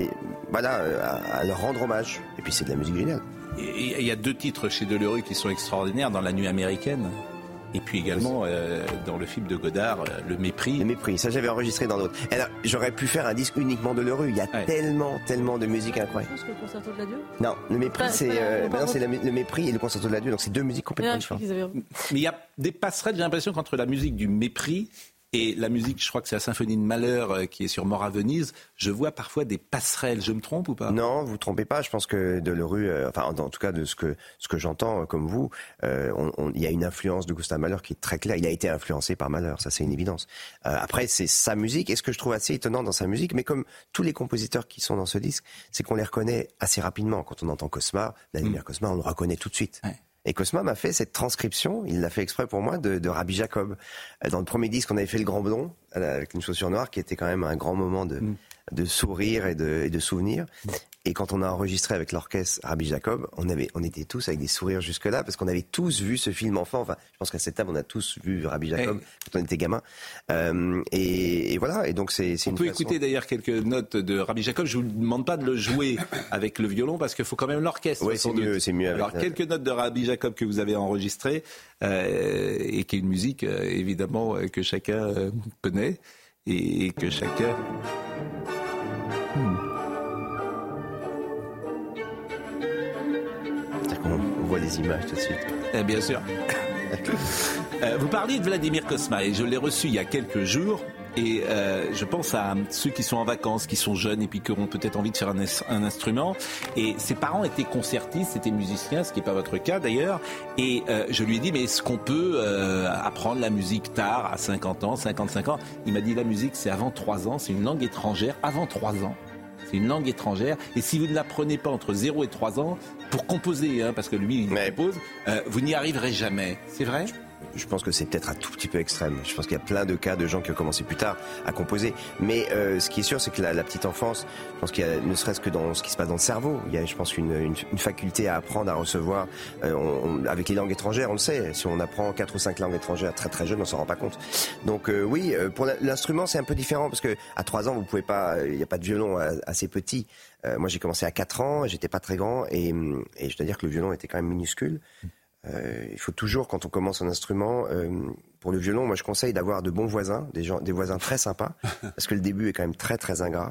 à leur rendre hommage. Et puis c'est de la musique géniale. Il y a 2 titres chez Delerue qui sont extraordinaires, dans La Nuit américaine, et puis également dans le film de Godard, Le Mépris. Le Mépris, ça j'avais enregistré dans d'autres. Alors, j'aurais pu faire un disque uniquement de Delerue, il y a tellement de musique incroyable. Je pense que le Concerto de l'adieu. Non, Le Mépris c'est Le Mépris et le Concerto de l'adieu, donc c'est 2 musiques complètement différentes. Mais il y a des passerelles, j'ai l'impression, qu'entre la musique du Mépris et la musique, je crois que c'est la Symphonie de Malheur qui est sur Mort à Venise. Je vois parfois des passerelles. Je me trompe ou pas? Non, vous trompez pas. Je pense que Delerue, en tout cas de ce que j'entends comme vous, il y a une influence de Gustave Mahler qui est très claire. Il a été influencé par Mahler, ça c'est une évidence. Après, c'est sa musique. Et ce que je trouve assez étonnant dans sa musique, mais comme tous les compositeurs qui sont dans ce disque, c'est qu'on les reconnaît assez rapidement. Quand on entend Cosma, Vladimir Cosma, on le reconnaît tout de suite. Ouais. Et Cosma m'a fait cette transcription, il l'a fait exprès pour moi, de Rabbi Jacob. Dans le premier disque, on avait fait Le Grand Blond, avec une chaussure noire, qui était quand même un grand moment de sourire et de souvenirs. Et quand on a enregistré avec l'orchestre Rabbi Jacob, on était tous avec des sourires jusque-là, parce qu'on avait tous vu ce film enfant. Enfin, je pense qu'à cette table, on a tous vu Rabbi Jacob quand on était gamin. Et voilà, et donc c'est on peut écouter d'ailleurs quelques notes de Rabbi Jacob. Je vous demande pas de le jouer avec le violon, parce qu'il faut quand même l'orchestre. Oui, c'est mieux. Alors, quelques notes de Rabbi Jacob que vous avez enregistrées, et qui est une musique, évidemment, que chacun connaît, et que chacun... On voit les images tout de suite. Bien sûr. Vous parliez de Vladimir Cosma, et je l'ai reçu il y a quelques jours. Et je pense à ceux qui sont en vacances, qui sont jeunes et puis qui auront peut-être envie de faire un instrument. Et ses parents étaient concertistes, étaient musiciens, ce qui n'est pas votre cas d'ailleurs. Et je lui ai dit, mais est-ce qu'on peut apprendre la musique tard, à 50 ans, 55 ans? Il m'a dit, la musique, c'est avant 3 ans, c'est une langue étrangère, avant 3 ans. C'est une langue étrangère. Et si vous ne l'apprenez pas entre 0 et 3 ans, pour composer, parce que lui, il compose, vous n'y arriverez jamais. C'est vrai ? Je pense que c'est peut-être un tout petit peu extrême. Je pense qu'il y a plein de cas de gens qui ont commencé plus tard à composer. Mais ce qui est sûr, c'est que la petite enfance, je pense qu'il y a, ne serait-ce que dans ce qui se passe dans le cerveau, il y a, je pense, une faculté à apprendre, à recevoir. Avec les langues étrangères, on le sait. Si on apprend 4 ou 5 langues étrangères très très jeune, on s'en rend pas compte. Donc oui, pour l'instrument, c'est un peu différent parce que à 3 ans, vous pouvez pas. Il n'y a pas de violon assez petit. Moi, j'ai commencé à 4 ans, j'étais pas très grand et je dois dire que le violon était quand même minuscule. Il faut toujours, quand on commence un instrument, pour le violon, moi je conseille d'avoir de bons voisins, des voisins très sympas, parce que le début est quand même très très ingrat.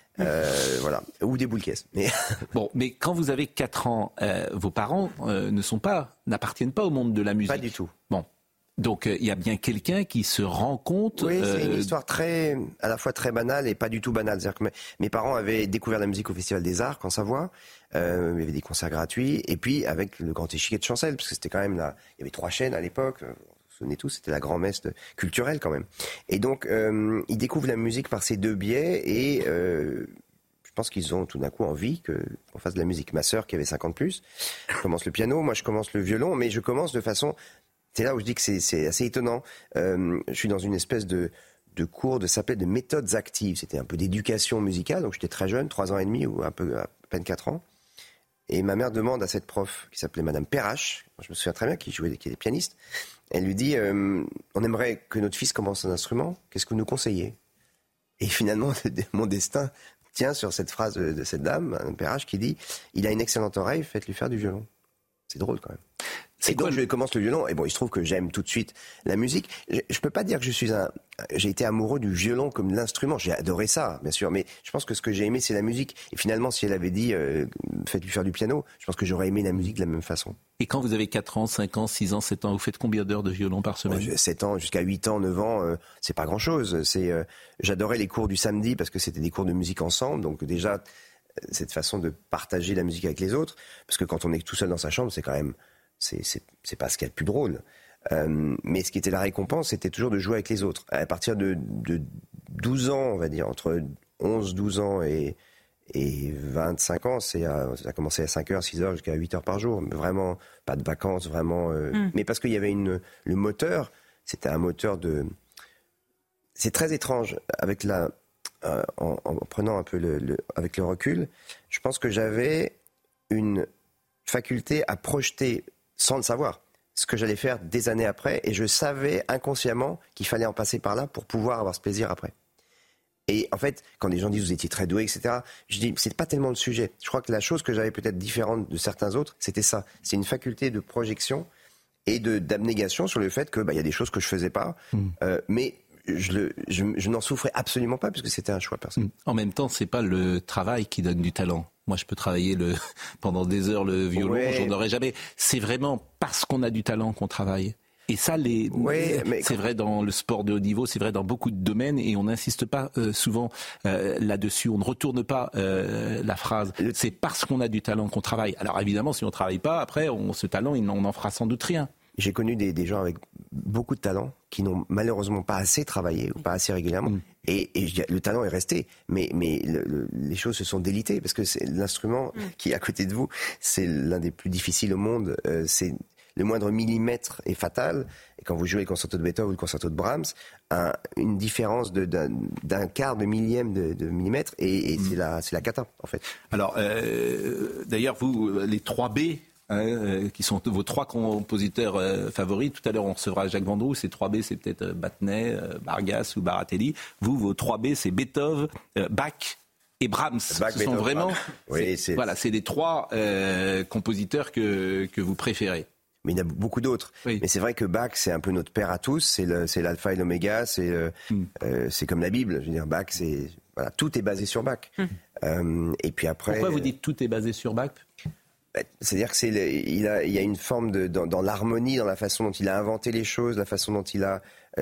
Voilà, ou des boules caisses. Mais bon, mais quand vous avez 4 ans, vos parents n'appartiennent pas au monde de la musique. Pas du tout. Bon. Donc il y a bien quelqu'un qui se rend compte. Oui, c'est une histoire à la fois très banale et pas du tout banale. C'est-à-dire que mes parents avaient découvert la musique au Festival des Arts, en Savoie. Il y avait des concerts gratuits. Et puis avec le Grand Échiquier de Chancel, parce que c'était quand même là. Il y avait 3 chaînes à l'époque. Vous vous souvenez tous, c'était la grand-messe culturelle quand même. Et donc ils découvrent la musique par ces 2 biais et je pense qu'ils ont tout d'un coup envie qu'on fasse de la musique. Ma sœur, qui avait 50 plus, commence le piano. Moi, je commence le violon, mais je commence de façon... C'est là où je dis que c'est assez étonnant. Je suis dans une espèce de cours ça s'appelait de méthodes actives. C'était un peu d'éducation musicale, donc j'étais très jeune, 3 ans et demi ou à peine 4 ans. Et ma mère demande à cette prof, qui s'appelait Madame Perrache, je me souviens très bien, qui était pianiste, elle lui dit on aimerait que notre fils commence un instrument, qu'est-ce que vous nous conseillez ? Et finalement, mon destin tient sur cette phrase de cette dame, un Perrache, qui dit « Il a une excellente oreille, faites-lui faire du violon ». C'est drôle quand même. Et quand je commence le violon, et bon, il se trouve que j'aime tout de suite la musique. Je peux pas dire que j'ai été amoureux du violon comme l'instrument. J'ai adoré ça, bien sûr, mais je pense que ce que j'ai aimé, c'est la musique. Et finalement, si elle avait dit faites-lui faire du piano, je pense que j'aurais aimé la musique de la même façon. Et quand vous avez 4 ans, 5 ans, 6 ans, 7 ans, vous faites combien d'heures de violon par semaine ? 7 ans jusqu'à 8 ans, 9 ans, c'est pas grand-chose. J'adorais les cours du samedi parce que c'était des cours de musique ensemble. Donc déjà, cette façon de partager la musique avec les autres, parce que quand on est tout seul dans sa chambre, c'est quand même... C'est pas ce qu'il y a de plus drôle. Mais ce qui était la récompense, c'était toujours de jouer avec les autres. À partir de 12 ans, on va dire, entre 11, 12 ans et 25 ans, ça a commencé à 5h, 6h jusqu'à 8h par jour. Mais vraiment, pas de vacances, vraiment. Mais parce qu'il y avait le moteur, c'était un moteur de... C'est très étrange, avec en prenant un peu avec le recul, je pense que j'avais une faculté à projeter, sans le savoir, ce que j'allais faire des années après, et je savais inconsciemment qu'il fallait en passer par là pour pouvoir avoir ce plaisir après. Et en fait, quand les gens disent vous étiez très doué, etc., je dis c'est pas tellement le sujet. Je crois que la chose que j'avais peut-être différente de certains autres, c'était ça. C'est une faculté de projection et d'abnégation sur le fait que y a des choses que je faisais pas, mais je n'en souffrais absolument pas puisque c'était un choix personnel. En même temps, c'est pas le travail qui donne du talent. Moi, je peux travailler pendant des heures le violon, j'en aurais jamais. C'est vraiment parce qu'on a du talent qu'on travaille. Et ça, c'est vrai dans le sport de haut niveau, c'est vrai dans beaucoup de domaines, et on n'insiste pas souvent là-dessus. On ne retourne pas la phrase. C'est parce qu'on a du talent qu'on travaille. Alors évidemment, si on ne travaille pas, après, ce talent, on n'en fera sans doute rien. J'ai connu des gens avec beaucoup de talent qui n'ont malheureusement pas assez travaillé ou pas assez régulièrement. Et le talent est resté, mais les choses se sont délitées parce que c'est l'instrument qui est à côté de vous, c'est l'un des plus difficiles au monde. C'est le moindre millimètre est fatal. Et quand vous jouez le concerto de Beethoven ou le concerto de Brahms, une différence d'un quart de millième de millimètre et c'est la cata en fait. Alors d'ailleurs vous les 3B. Qui sont vos 3 compositeurs favoris. Tout à l'heure, on recevra Jacques Vendroux. Ces 3B, c'est peut-être Battenet, Vargas ou Baratelli. Vous, vos 3B, c'est Beethoven, Bach et Brahms. Ce sont vraiment... c'est les 3 compositeurs que vous préférez. Mais il y en a beaucoup d'autres. Oui. Mais c'est vrai que Bach, c'est un peu notre père à tous. C'est l'alpha et l'oméga. C'est comme la Bible. Je veux dire, Bach, tout est basé sur Bach. Et puis après... Pourquoi vous dites tout est basé sur Bach ? C'est-à-dire qu'il y a une forme dans l'harmonie, dans la façon dont il a inventé les choses, la façon dont il a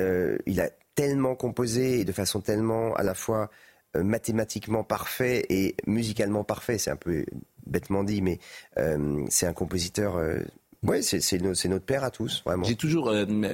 tellement composé et de façon tellement à la fois mathématiquement parfait et musicalement parfait. C'est un peu bêtement dit, mais c'est un compositeur... c'est notre père à tous, vraiment. J'ai toujours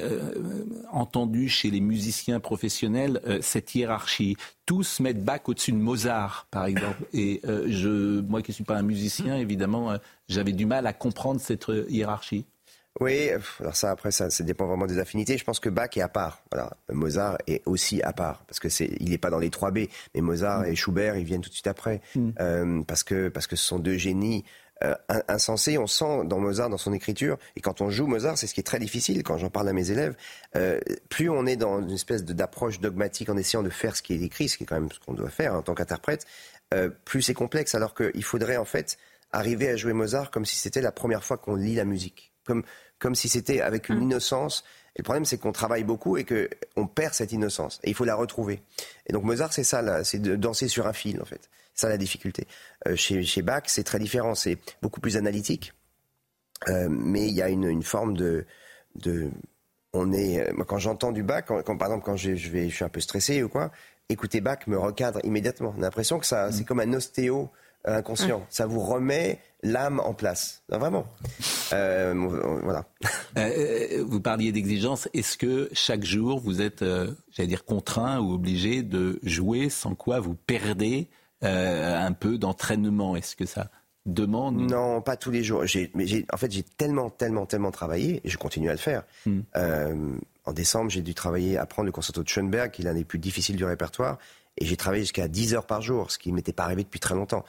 entendu chez les musiciens professionnels cette hiérarchie. Tous mettent Bach au-dessus de Mozart, par exemple. Et moi qui ne suis pas un musicien, évidemment, j'avais du mal à comprendre cette hiérarchie. Oui, alors ça dépend vraiment des affinités. Je pense que Bach est à part. Voilà. Mozart est aussi à part parce que il n'est pas dans les 3B. Mais Mozart et Schubert, ils viennent tout de suite après parce que ce sont 2 génies. Insensé, on sent dans Mozart, dans son écriture, et quand on joue Mozart, c'est ce qui est très difficile, quand j'en parle à mes élèves, plus on est dans une espèce d'approche dogmatique en essayant de faire ce qui est écrit, ce qui est quand même ce qu'on doit faire en tant qu'interprète, plus c'est complexe, alors qu'il faudrait en fait arriver à jouer Mozart comme si c'était la première fois qu'on lit la musique, comme si c'était avec une innocence. Et le problème, c'est qu'on travaille beaucoup et qu'on perd cette innocence. Et il faut la retrouver. Et donc Mozart, c'est ça, là, c'est de danser sur un fil, en fait. C'est ça la difficulté. Chez Bach, c'est très différent. C'est beaucoup plus analytique. Mais il y a une forme moi, quand j'entends du Bach, par exemple, quand je suis un peu stressé ou quoi, écouter Bach me recadre immédiatement. On a l'impression que c'est comme un ostéo inconscient. Ça vous remet l'âme en place. Non, vraiment. Voilà. Vous parliez d'exigence. Est-ce que chaque jour, vous êtes, contraint ou obligé de jouer sans quoi vous perdez un peu d'entraînement? Est-ce que ça demande? Non, pas tous les jours. En fait, j'ai tellement travaillé, et je continue à le faire. En décembre, j'ai dû apprendre le concerto de Schoenberg, qui est l'un des plus difficiles du répertoire, et j'ai travaillé jusqu'à 10 heures par jour, ce qui ne m'était pas arrivé depuis très longtemps.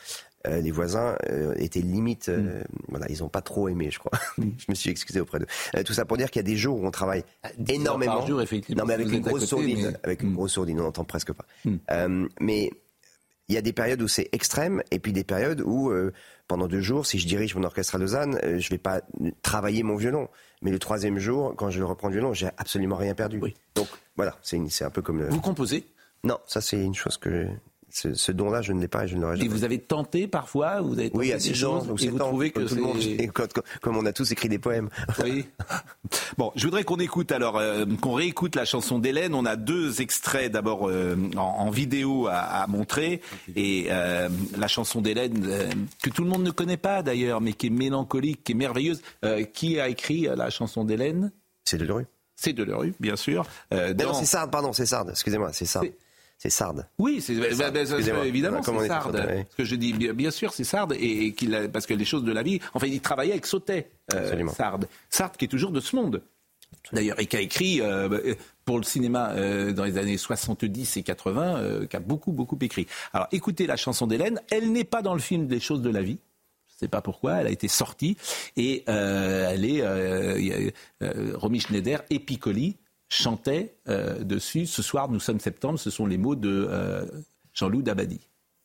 les voisins étaient limite, voilà, ils n'ont pas trop aimé, je crois. Je me suis excusé auprès d'eux. Tout ça pour dire qu'il y a des jours où on travaille énormément. Par jour, effectivement, non, mais avec vous une êtes à grosse côté, sourdine. Avec une grosse sourdine, on n'entend presque pas. Mais il y a des périodes où c'est extrême, et puis des périodes où, pendant 2 jours, si je dirige mon orchestre à Lausanne, je ne vais pas travailler mon violon. Mais le 3e jour, quand je reprends le violon, j'ai absolument rien perdu. Oui. Donc voilà, c'est un peu comme... Vous composez ? Non, ça c'est une chose que... Ce don-là, je ne l'ai pas et je ne l'aurai jamais. Et vous avez tenté parfois, vous avez tenté oui, à 6 ans, et vous trouvez que tout le monde, comme on a tous écrit des poèmes. Oui. Bon, je voudrais qu'on écoute alors, qu'on réécoute la chanson d'Hélène. On a 2 extraits d'abord en vidéo à montrer, et la chanson d'Hélène que tout le monde ne connaît pas d'ailleurs, mais qui est mélancolique, qui est merveilleuse. Qui a écrit la chanson d'Hélène ? C'est Delerue. C'est Delerue, bien sûr. Non, c'est Sard, pardon, c'est Sard. Excusez-moi, c'est Sard. C'est Sard. Oui, évidemment, c'est Sard. Oui. Ce que je dis, bien sûr, c'est Sard, et parce que les choses de la vie. Enfin, il travaillait avec Sautet, Sard. Sard qui est toujours de ce monde, d'ailleurs, et qui a écrit pour le cinéma dans les années 70 et 80, qui a beaucoup écrit. Alors, écoutez la chanson d'Hélène. Elle n'est pas dans le film des choses de la vie. Je ne sais pas pourquoi, elle a été sortie, et elle est Romy Schneider et Piccoli chantait dessus. Ce soir, nous sommes septembre, ce sont les mots de Jean-Loup Dabadi.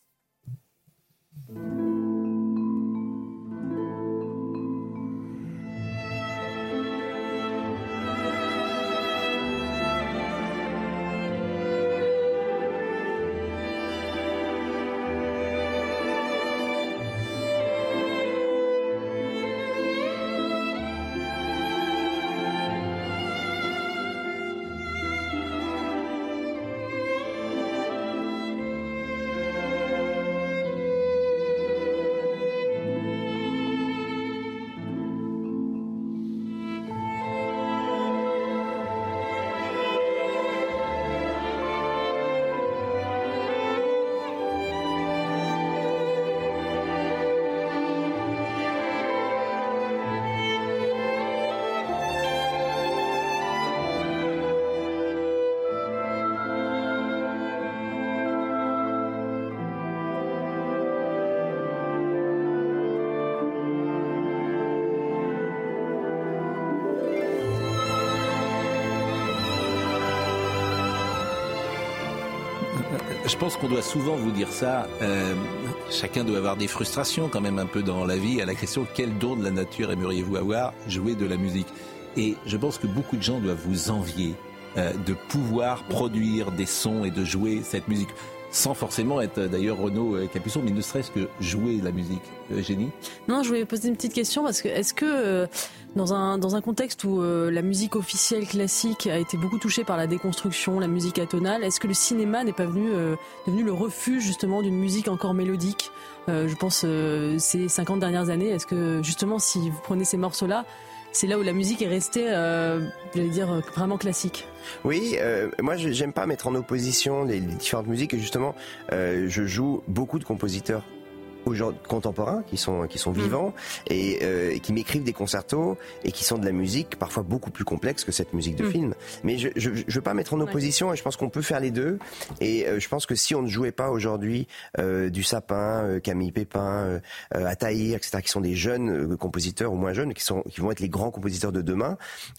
Je pense qu'on doit souvent vous dire ça. Chacun doit avoir des frustrations quand même un peu dans la vie. À la question « Quel don de la nature aimeriez-vous avoir ?» Jouer de la musique. Et je pense que beaucoup de gens doivent vous envier de pouvoir produire des sons et de jouer cette musique. Sans forcément être d'ailleurs Renaud Capuçon, mais ne serait-ce que jouer la musique. Eugénie ? Non, je voulais poser une petite question, parce que est-ce que dans un contexte où la musique officielle classique a été beaucoup touchée par la déconstruction, la musique atonale, est-ce que le cinéma n'est pas devenu le refuge justement d'une musique encore mélodique ? Je pense ces 50 dernières années, est-ce que justement si vous prenez ces morceaux-là, c'est là où la musique est restée, j'allais dire, vraiment classique. Oui, moi j'aime pas mettre en opposition les différentes musiques, et justement je joue beaucoup de compositeurs contemporains qui sont vivants et qui m'écrivent des concertos et qui sont de la musique parfois beaucoup plus complexe que cette musique de film. Mais je veux pas mettre en opposition, et je pense qu'on peut faire les deux, et je pense que si on ne jouait pas aujourd'hui du Sapin, Camille Pépin, Ataïr, etc., qui sont des jeunes compositeurs ou moins jeunes, qui vont être les grands compositeurs de demain,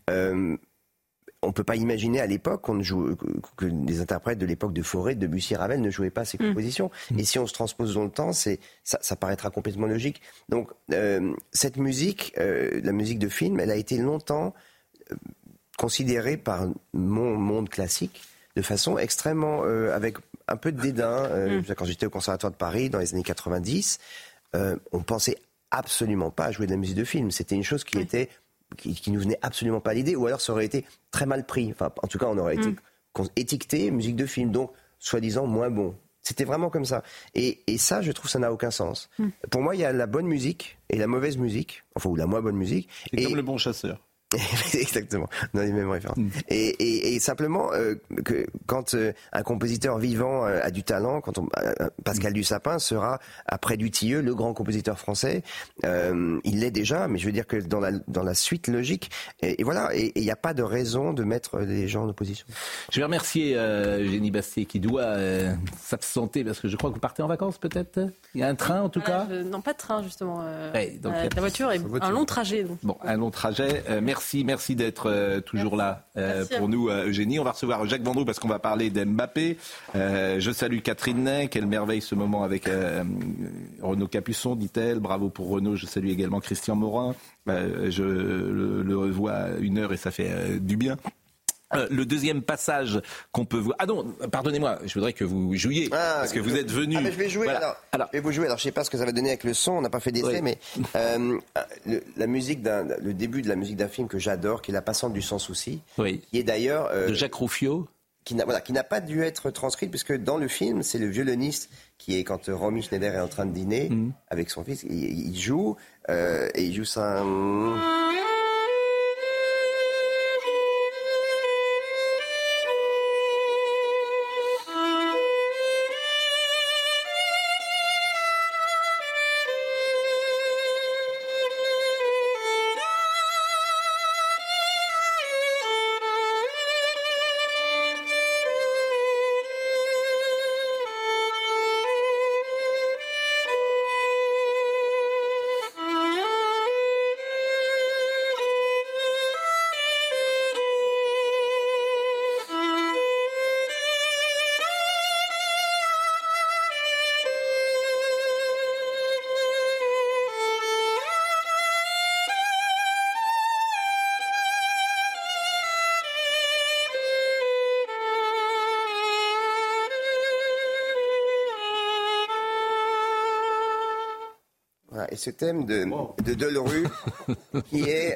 on peut pas imaginer à l'époque que les interprètes de l'époque de Fauré, de Debussy, Ravel ne jouaient pas ces compositions. Et si on se transpose dans le temps, ça paraîtra complètement logique. Donc cette musique, la musique de film, elle a été longtemps considérée par mon monde classique de façon extrêmement avec un peu de dédain. Quand j'étais au Conservatoire de Paris dans les années 90, on pensait absolument pas à jouer de la musique de film. C'était une chose qui nous venait absolument pas à l'idée, ou alors ça aurait été très mal pris. Enfin, en tout cas, on aurait été étiqueté musique de film, donc soi-disant moins bon. C'était vraiment comme ça. Et ça, je trouve, ça n'a aucun sens. Pour moi, il y a la bonne musique et la mauvaise musique, enfin, ou la moins bonne musique. C'est comme le bon chasseur. Exactement, dans les mêmes références. Et simplement, que quand un compositeur vivant a du talent, Pascal Dussapin sera, après Dutilleux, le grand compositeur français. Il l'est déjà, mais je veux dire que dans la suite logique, et voilà, et il n'y a pas de raison de mettre les gens en opposition. Je vais remercier Eugénie Bastier qui doit s'absenter, parce que je crois que vous partez en vacances peut-être. Il y a un train en tout cas. Non, pas de train justement. Donc, la voiture est un long trajet. Donc. Bon, un long trajet. Merci d'être toujours là pour nous, Eugénie. On va recevoir Jacques Vendroux parce qu'on va parler d'Mbappé. Je salue Catherine Ney. Quelle merveille ce moment avec Renaud Capuçon, dit-elle. Bravo pour Renaud. Je salue également Christian Morin. Je le revois à 1 heure et ça fait du bien. Le deuxième passage qu'on peut voir... Ah non, pardonnez-moi, je voudrais que vous jouiez, parce que vous êtes venu... mais je vais jouer, voilà. Alors, je vais vous jouer. Alors, je sais pas ce que ça va donner avec le son, on n'a pas fait d'essai, mais le début de la musique d'un film que j'adore, qui est La Passante du Sans Souci, qui est d'ailleurs... de Jacques Rouffio. Qui n'a pas dû être transcrite, puisque dans le film, c'est le violoniste qui est, quand Romy Schneider est en train de dîner avec son fils, il joue, et il joue ça... Et ce thème de Delerue, qui est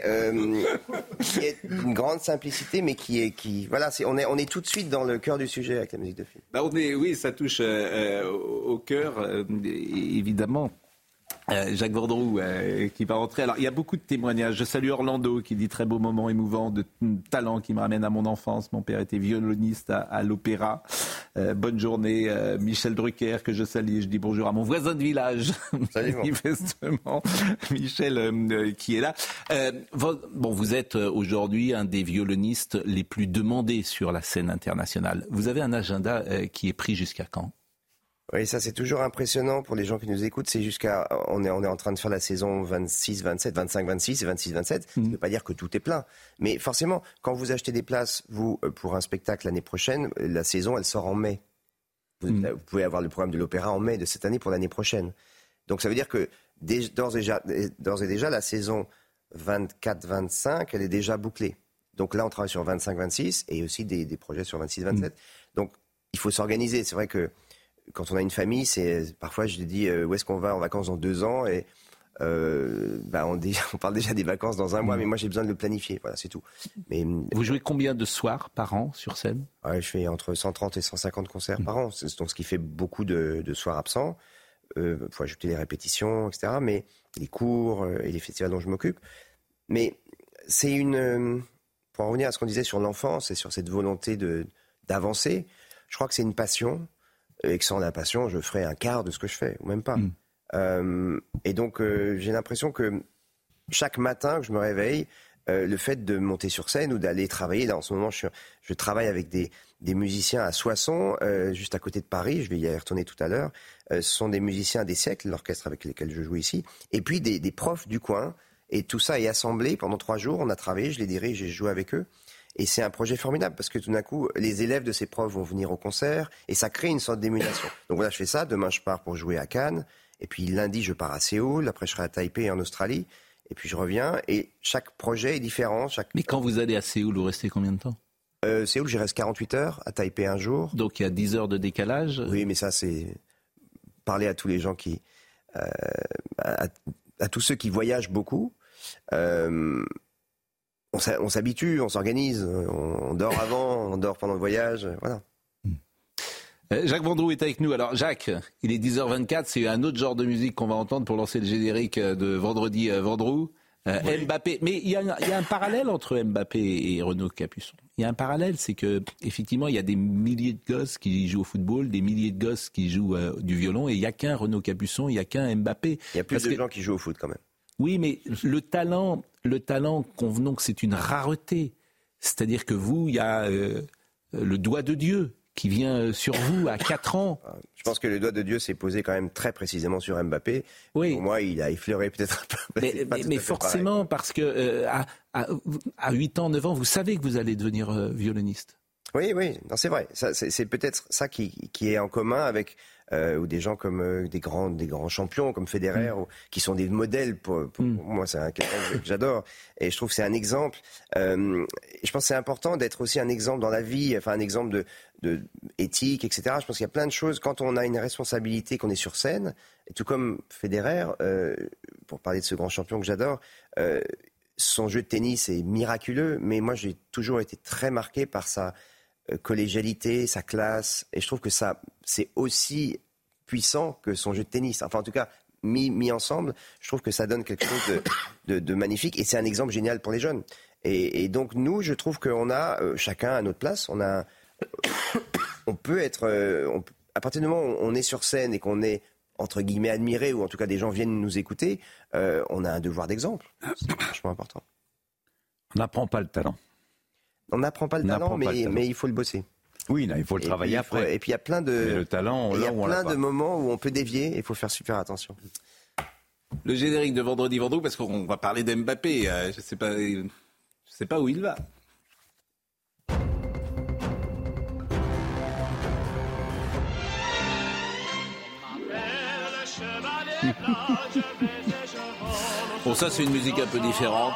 une grande simplicité, mais on est tout de suite dans le cœur du sujet avec la musique de film. Oui, ça touche au cœur, évidemment. Jacques Vendroux qui va rentrer. Alors, il y a beaucoup de témoignages. Je salue Orlando qui dit très beau moment émouvant de talent qui me ramène à mon enfance. Mon père était violoniste à l'opéra. Bonne journée. Michel Drucker que je salue. Je dis bonjour à mon voisin de village. Manifestement. Michel qui est là. Vous êtes aujourd'hui un des violonistes les plus demandés sur la scène internationale. Vous avez un agenda qui est pris jusqu'à quand ? Oui, ça c'est toujours impressionnant pour les gens qui nous écoutent. C'est on est en train de faire la saison 26-27, 25-26 et 26-27. Ça ne veut pas dire que tout est plein. Mais forcément, quand vous achetez des places, pour un spectacle l'année prochaine, la saison elle sort en mai. Vous pouvez avoir le programme de l'opéra en mai de cette année pour l'année prochaine. Donc ça veut dire que d'ores et déjà la saison 24-25, elle est déjà bouclée. Donc là on travaille sur 25-26 et aussi des projets sur 26-27. Donc il faut s'organiser. C'est vrai que quand on a une famille, parfois je dis où est-ce qu'on va en vacances dans 2 ans et on parle déjà des vacances dans 1 mois, mais moi j'ai besoin de le planifier, voilà, c'est tout. Mais vous jouez combien de soirs par an sur scène ? Je fais entre 130 et 150 concerts par an, donc ce qui fait beaucoup de soirs absents. Faut ajouter les répétitions, etc. Mais les cours et les festivals dont je m'occupe. Mais c'est pour en revenir à ce qu'on disait sur l'enfance et sur cette volonté d'avancer, je crois que c'est une passion. Et que sans la passion, je ferais un quart de ce que je fais, ou même pas. Et donc, j'ai l'impression que chaque matin que je me réveille, le fait de monter sur scène ou d'aller travailler, là en ce moment, je travaille avec des musiciens à Soissons, juste à côté de Paris, je vais y retourner tout à l'heure. Ce sont des musiciens des siècles, l'orchestre avec lesquels je joue ici, et puis des profs du coin. Et tout ça est assemblé pendant 3 jours, on a travaillé, je les dirige et je joue avec eux. Et c'est un projet formidable parce que tout d'un coup, les élèves de ces profs vont venir au concert et ça crée une sorte d'émulation. Donc voilà, je fais ça. Demain, je pars pour jouer à Cannes. Et puis lundi, je pars à Séoul. Après, je serai à Taipei en Australie. Et puis je reviens. Et chaque projet est différent. Mais quand vous allez à Séoul, vous restez combien de temps ? Séoul, j'y reste 48 heures. À Taipei, 1 jour. Donc il y a 10 heures de décalage ? Oui, mais ça, c'est parler à tous les gens à tous ceux qui voyagent beaucoup. On s'habitue, on s'organise, on dort avant, on dort pendant le voyage, voilà. Jacques Vendroux est avec nous. Alors Jacques, il est 10h24, c'est un autre genre de musique qu'on va entendre pour lancer le générique de Vendredi Vendroux. Mbappé, mais il y a un parallèle entre Mbappé et Renaud Capuçon. Il y a un parallèle, c'est que effectivement, il y a des milliers de gosses qui jouent au football, des milliers de gosses qui jouent du violon, et il n'y a qu'un Renaud Capuçon, il n'y a qu'un Mbappé. Il y a plus de gens qui jouent au foot quand même. Oui, mais le talent, convenons que c'est une rareté. C'est-à-dire que vous, il y a le doigt de Dieu qui vient sur vous à 4 ans. Je pense que le doigt de Dieu s'est posé quand même très précisément sur Mbappé. Oui. Pour moi, il a effleuré peut-être un peu. Mais forcément, parce que à 8 ans, 9 ans, vous savez que vous allez devenir violoniste. Oui, non, c'est vrai. C'est peut-être ça qui est en commun avec ou des gens comme des grands champions comme Federer, qui sont des modèles pour moi. C'est quelqu'un que j'adore et je trouve que c'est un exemple. Je pense que c'est important d'être aussi un exemple dans la vie, enfin un exemple de éthique, etc. Je pense qu'il y a plein de choses quand on a une responsabilité, qu'on est sur scène, et tout comme Federer, pour parler de ce grand champion que j'adore. Son jeu de tennis est miraculeux, mais moi j'ai toujours été très marqué par sa collégialité, sa classe, et je trouve que ça c'est aussi puissant que son jeu de tennis. Enfin en tout cas mis ensemble, je trouve que ça donne quelque chose de magnifique, et c'est un exemple génial pour les jeunes. Et donc nous, je trouve qu'on a chacun à notre place, on peut être, à partir du moment où on est sur scène et qu'on est entre guillemets admiré, ou en tout cas des gens viennent nous écouter, on a un devoir d'exemple. C'est vachement important. On n'apprend pas le talent. On n'apprend pas le talent, mais il faut le bosser. Oui, non, il faut le travailler après. Et puis il y a plein de moments où on peut dévier, et il faut faire super attention. Le générique de Vendredi Vendôme, parce qu'on va parler d'Mbappé. Je sais pas où il va. Bon, ça c'est une musique un peu différente.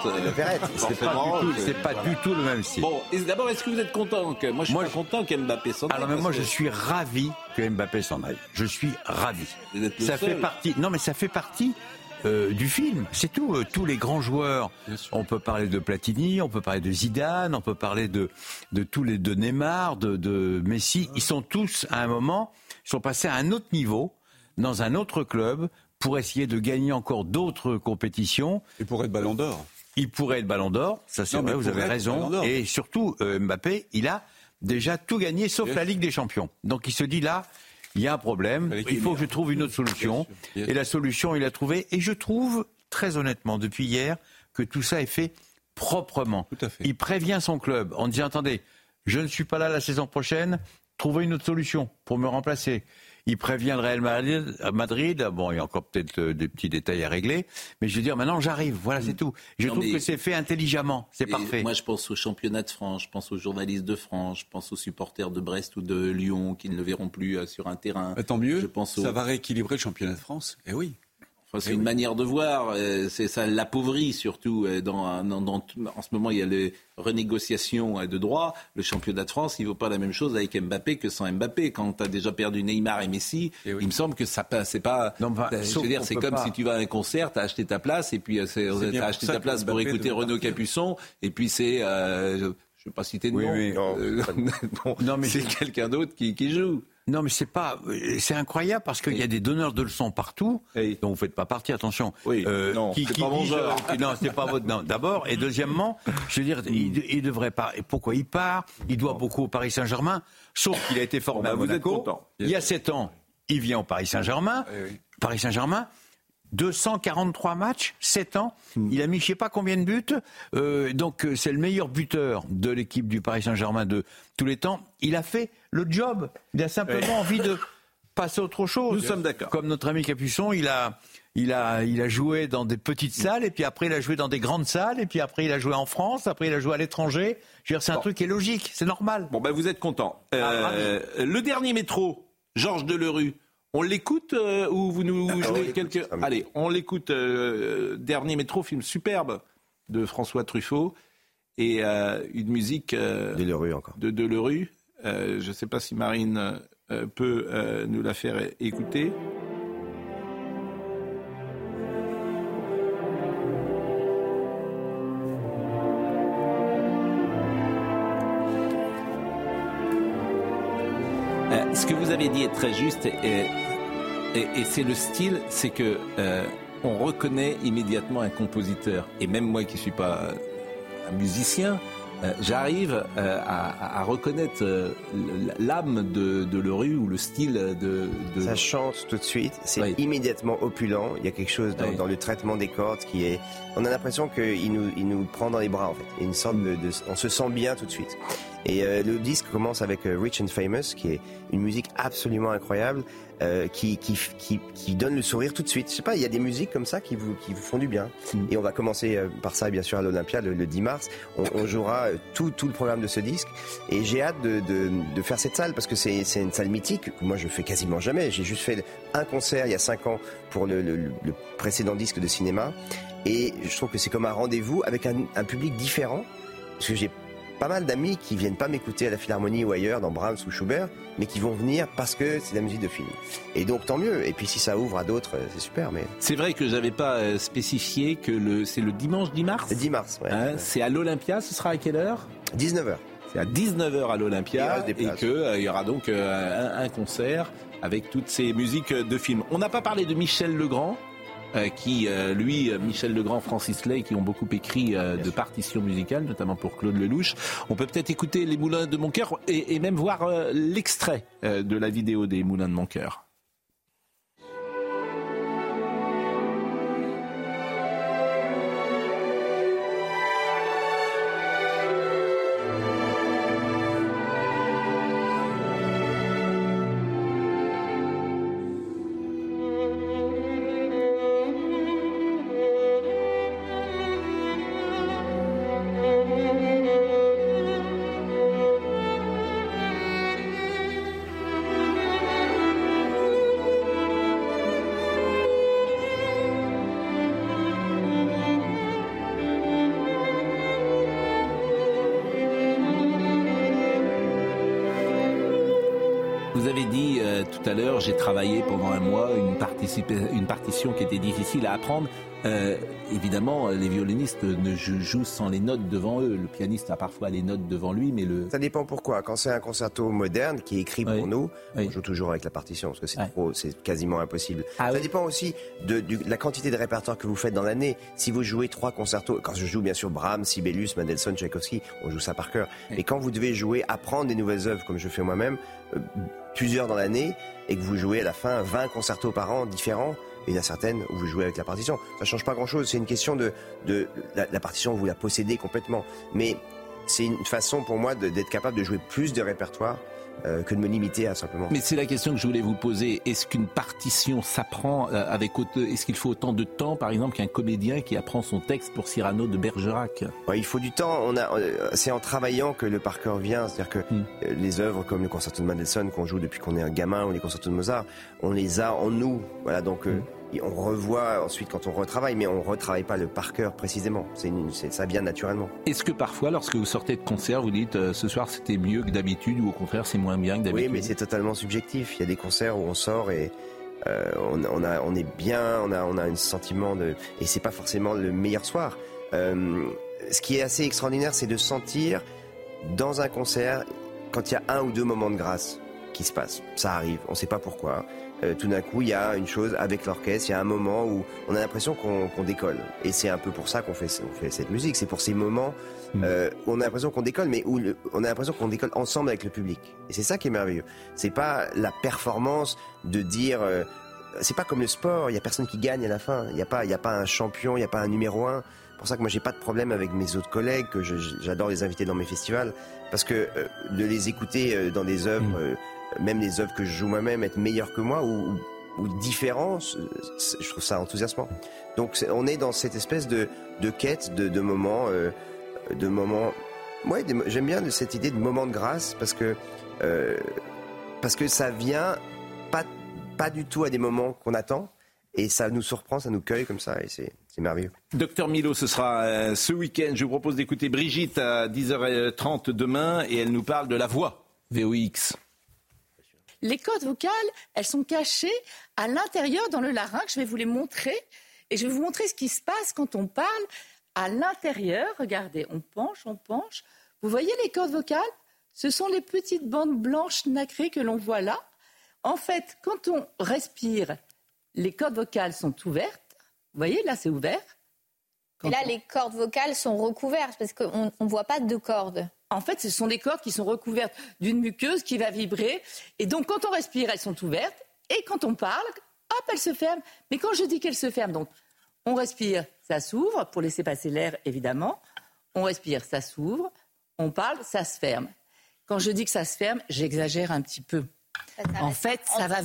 C'est pas du tout le même style. Bon, d'abord, est-ce que vous êtes content moi je suis content qu'Mbappé s'en aille. Alors mais moi je suis ravi que Mbappé s'en aille. Je suis ravi. Ça fait partie. Non mais ça fait partie du film. C'est tout. Tous les grands joueurs. On peut parler de Platini, on peut parler de Zidane, on peut parler de tous les de Neymar, de Messi. Ils sont tous à un moment, ils sont passés à un autre niveau, dans un autre club, pour essayer de gagner encore d'autres compétitions. Et pour être Ballon d'Or. Il pourrait être Ballon d'Or, ça c'est vrai, vous avez raison. Et surtout, Mbappé, il a déjà tout gagné, sauf la Ligue des Champions. Donc il se dit là, il y a un problème, il faut que je trouve une autre solution. Et la solution, il a trouvé. Et je trouve, très honnêtement, depuis hier, que tout ça est fait proprement. Tout à fait. Il prévient son club en disant, attendez, je ne suis pas là la saison prochaine, trouvez une autre solution pour me remplacer. Il prévient le Real Madrid. Bon, il y a encore peut-être des petits détails à régler. Mais je veux dire, maintenant, j'arrive. Voilà, c'est tout. Je trouve que c'est fait intelligemment. C'est parfait. Moi, je pense au championnat de France, je pense aux journalistes de France, je pense aux supporters de Brest ou de Lyon qui ne le verront plus sur un terrain. Tant mieux, ça va rééquilibrer le championnat de France. Eh oui. Enfin, c'est une manière de voir, ça l'appauvrit surtout. En ce moment, il y a les renégociations de droits. Le championnat de France, il ne vaut pas la même chose avec Mbappé que sans Mbappé. Quand tu as déjà perdu Neymar et Messi, il me semble que ça c'est pas. Non, je veux dire, c'est comme si tu vas à un concert, tu as acheté ta place, et puis tu as acheté ta place pour écouter Renaud Capuçon, et puis c'est. Je ne vais pas citer de nom. Non, mais c'est quelqu'un d'autre qui joue. Non, mais c'est incroyable parce qu'il y a des donneurs de leçons partout, dont vous faites pas partie, attention. Oui, non, c'est pas mon genre. Non, c'est pas votre, non, d'abord. Et deuxièmement, je veux dire, il devrait pas, et pourquoi il part? Il doit beaucoup au Paris Saint-Germain, sauf qu'il a été formé à Monaco. Il y a 7 ans, il vient au Paris Saint-Germain. Paris Saint-Germain, 243 matchs, 7 ans. Il a mis je sais pas combien de buts. Donc c'est le meilleur buteur de l'équipe du Paris Saint-Germain de tous les temps. Il a fait le job. Il a simplement envie de passer à autre chose. Nous sommes d'accord. Comme notre ami Capuçon, il a joué dans des petites salles, et puis après il a joué dans des grandes salles, et puis après il a joué en France, après il a joué à l'étranger. Je veux dire, c'est un truc qui est logique, c'est normal. Bon, ben vous êtes content. Le dernier métro, Georges Delerue. On l'écoute ou vous nous jouez quelques... Allez, on l'écoute. Dernier métro, film superbe de François Truffaut, et une musique Delerue encore. De Delerue. Je ne sais pas si Marine peut nous la faire écouter. Ce que vous avez dit est très juste, et c'est le style, c'est que on reconnaît immédiatement un compositeur. Et même moi qui ne suis pas un musicien, j'arrive à reconnaître l'âme de Leroux ou le style de... Ça chante tout de suite, c'est immédiatement opulent, il y a quelque chose dans le traitement des cordes qui est... On a l'impression qu'il nous prend dans les bras en fait, il y a une sorte on se sent bien tout de suite. Et le disque commence avec Rich and Famous, qui est une musique absolument incroyable, qui donne le sourire tout de suite. Je sais pas, il y a des musiques comme ça qui vous font du bien. Et on va commencer par ça, bien sûr, à l'Olympia le 10 mars. On jouera tout le programme de ce disque. Et j'ai hâte de faire cette salle, parce que c'est une salle mythique. Moi, je fais quasiment jamais. J'ai juste fait un concert il y a 5 ans pour le précédent disque de cinéma. Et je trouve que c'est comme un rendez-vous avec un public différent. Parce que j'ai pas mal d'amis qui viennent pas m'écouter à la Philharmonie ou ailleurs, dans Brahms ou Schubert, mais qui vont venir parce que c'est de la musique de film. Et donc tant mieux. Et puis si ça ouvre à d'autres, c'est super. Mais c'est vrai que j'avais pas spécifié que c'est le dimanche 10 mars. Le 10 mars, ouais. C'est à l'Olympia. Ce sera à quelle heure ? 19h. C'est à 19h à l'Olympia et qu'il y aura donc un concert avec toutes ces musiques de films. On n'a pas parlé de Michel Legrand. Michel Legrand, Francis Lay, qui ont beaucoup écrit de partitions musicales, notamment pour Claude Lelouch. On peut peut-être écouter Les Moulins de mon cœur et même voir l'extrait de la vidéo des Moulins de mon cœur. Vous avez dit tout à l'heure, j'ai travaillé pendant un mois une partition qui était difficile à apprendre. Évidemment, les violonistes ne jouent sans les notes devant eux. Le pianiste a parfois les notes devant lui, mais Ça dépend pourquoi. Quand c'est un concerto moderne qui est écrit pour nous, on joue toujours avec la partition, parce que c'est quasiment impossible. Ça dépend aussi de la quantité de répertoire que vous faites dans l'année. Si vous jouez 3 concertos, quand je joue bien sûr Brahms, Sibelius, Mendelssohn, Tchaïkovski, on joue ça par cœur. Mais quand vous devez apprendre des nouvelles œuvres, comme je fais moi-même, plusieurs dans l'année, et que vous jouez à la fin 20 concertos par an différents, et il y en a certaines où vous jouez avec la partition. Ça change pas grand-chose, c'est une question de la partition, vous la possédez complètement. Mais c'est une façon pour moi d'être capable de jouer plus de répertoire que de me limiter à simplement... Mais c'est la question que je voulais vous poser. Est-ce qu'une partition s'apprend est-ce qu'il faut autant de temps, par exemple, qu'un comédien qui apprend son texte pour Cyrano de Bergerac ? Il faut du temps. C'est en travaillant que le par cœur vient. C'est-à-dire que les œuvres comme le concerto de Mendelssohn qu'on joue depuis qu'on est un gamin, ou les concertos de Mozart, on les a en nous. Voilà, donc on revoit ensuite quand on retravaille, mais on ne retravaille pas le par cœur précisément. Ça vient naturellement. Est-ce que parfois, lorsque vous sortez de concert, vous dites ce soir c'était mieux que d'habitude, ou au contraire c'est moins bien que d'habitude ? Oui, mais c'est totalement subjectif. Il y a des concerts où on sort et on est bien, on a un sentiment et c'est pas forcément le meilleur soir. Ce qui est assez extraordinaire, c'est de sentir dans un concert quand il y a 1 ou 2 moments de grâce qui se passent. Ça arrive, on ne sait pas pourquoi. Tout d'un coup, il y a une chose avec l'orchestre, il y a un moment où on a l'impression qu'on décolle. Et c'est un peu pour ça qu'on fait cette musique. C'est pour ces moments où on a l'impression qu'on décolle, mais où on a l'impression qu'on décolle ensemble avec le public. Et c'est ça qui est merveilleux. C'est pas la performance de dire... c'est pas comme le sport, il y a personne qui gagne à la fin. Il y a pas un champion, il y a pas un numéro 1. C'est pour ça que moi j'ai pas de problème avec mes autres collègues, que j'adore les inviter dans mes festivals, parce que de les écouter dans des œuvres... même les œuvres que je joue moi-même, être meilleurs que moi ou différents, je trouve ça enthousiasmant. Donc on est dans cette espèce de quête de moments, ouais, j'aime bien cette idée de moment de grâce parce que ça vient pas du tout à des moments qu'on attend et ça nous surprend, ça nous cueille comme ça et c'est merveilleux. Docteur Milo, ce sera ce week-end. Je vous propose d'écouter Brigitte à 10h30 demain et elle nous parle de la voix VOX. Les cordes vocales, elles sont cachées à l'intérieur dans le larynx. Je vais vous les montrer. Et je vais vous montrer ce qui se passe quand on parle à l'intérieur. Regardez, on penche. Vous voyez les cordes vocales ? Ce sont les petites bandes blanches nacrées que l'on voit là. En fait, quand on respire, les cordes vocales sont ouvertes. Vous voyez, là, c'est ouvert. Et là, les cordes vocales sont recouvertes parce qu'on ne voit pas de cordes. En fait, ce sont des cordes qui sont recouvertes d'une muqueuse qui va vibrer. Et donc, quand on respire, elles sont ouvertes. Et quand on parle, hop, elles se ferment. Mais quand je dis qu'elles se ferment, donc, on respire, ça s'ouvre pour laisser passer l'air, évidemment. On respire, ça s'ouvre. On parle, ça se ferme. Quand je dis que ça se ferme, j'exagère un petit peu. En fait, ça va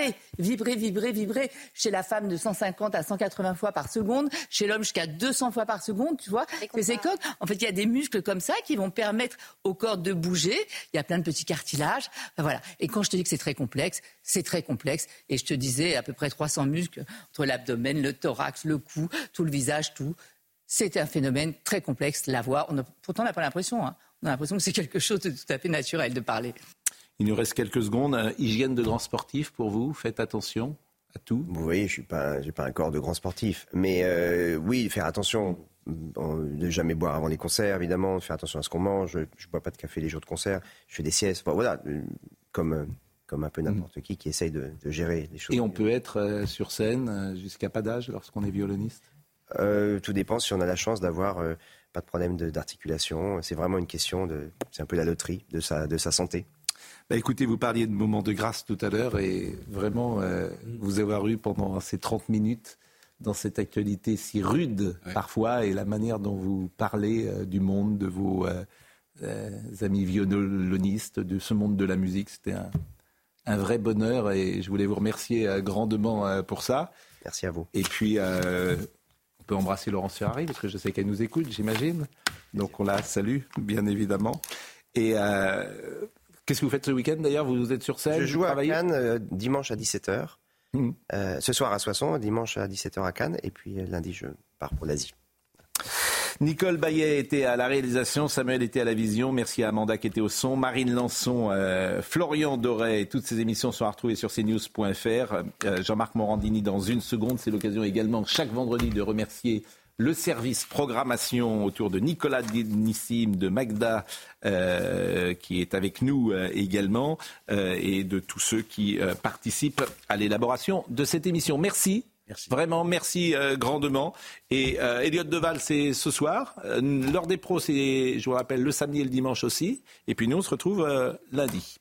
vibrer. Chez la femme de 150 à 180 fois par seconde, chez l'homme jusqu'à 200 fois par seconde, tu vois. Ces cordes, en fait, il y a des muscles comme ça qui vont permettre aux cordes de bouger. Il y a plein de petits cartilages. Voilà. Et quand je te dis que c'est très complexe, c'est très complexe. Et je te disais à peu près 300 muscles entre l'abdomen, le thorax, le cou, tout le visage, tout. C'est un phénomène très complexe. La voix, pourtant, on n'a pas l'impression. Hein. On a l'impression que c'est quelque chose de tout à fait naturel de parler. Il nous reste quelques secondes. Hygiène de grand sportif pour vous. Faites attention à tout. Vous voyez, j'ai pas un corps de grand sportif. Mais oui, faire attention. Ne jamais boire avant les concerts, évidemment. Faire attention à ce qu'on mange. Je ne bois pas de café les jours de concert. Je fais des siestes. Enfin, voilà, comme un peu n'importe qui essaye de gérer les choses. Et on peut être sur scène jusqu'à pas d'âge lorsqu'on est violoniste? Tout dépend si on a la chance d'avoir pas de problème d'articulation. C'est vraiment une question c'est un peu la loterie de sa santé. Bah écoutez, vous parliez de moments de grâce tout à l'heure et vraiment vous avoir eu pendant ces 30 minutes dans cette actualité si rude parfois et la manière dont vous parlez du monde, de vos amis violonistes, de ce monde de la musique, c'était un vrai bonheur et je voulais vous remercier grandement pour ça. Merci à vous. Et puis, on peut embrasser Laurence Ferrari parce que je sais qu'elle nous écoute, j'imagine. Donc on la salue, bien évidemment. Et qu'est-ce que vous faites ce week-end d'ailleurs? Vous êtes sur scène? Je joue à Cannes dimanche à 17h. Ce soir à Soissons, dimanche à 17h à Cannes. Et puis lundi, je pars pour l'Asie. Nicole Baillet était à la réalisation, Samuel était à la vision, merci à Amanda qui était au son, Marine Lançon, Florian Doré, toutes ces émissions sont à retrouver sur cnews.fr. Jean-Marc Morandini dans une seconde, c'est l'occasion également chaque vendredi de remercier le service programmation autour de Nicolas Nissim, de Magda qui est avec nous également et de tous ceux qui participent à l'élaboration de cette émission. Merci. Vraiment, merci grandement. Et Elliott Deval, c'est ce soir. L'heure des pros, c'est, je vous rappelle, le samedi et le dimanche aussi. Et puis nous, on se retrouve lundi.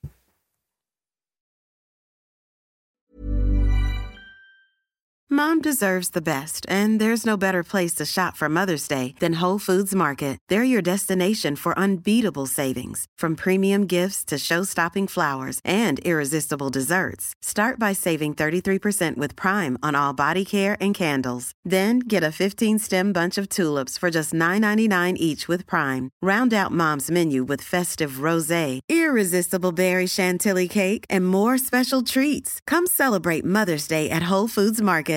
Mom deserves the best, and there's no better place to shop for Mother's Day than Whole Foods Market. They're your destination for unbeatable savings, from premium gifts to show-stopping flowers and irresistible desserts. Start by saving 33% with Prime on all body care and candles. Then get a 15-stem bunch of tulips for just $9.99 each with Prime. Round out Mom's menu with festive rosé, irresistible berry chantilly cake, and more special treats. Come celebrate Mother's Day at Whole Foods Market.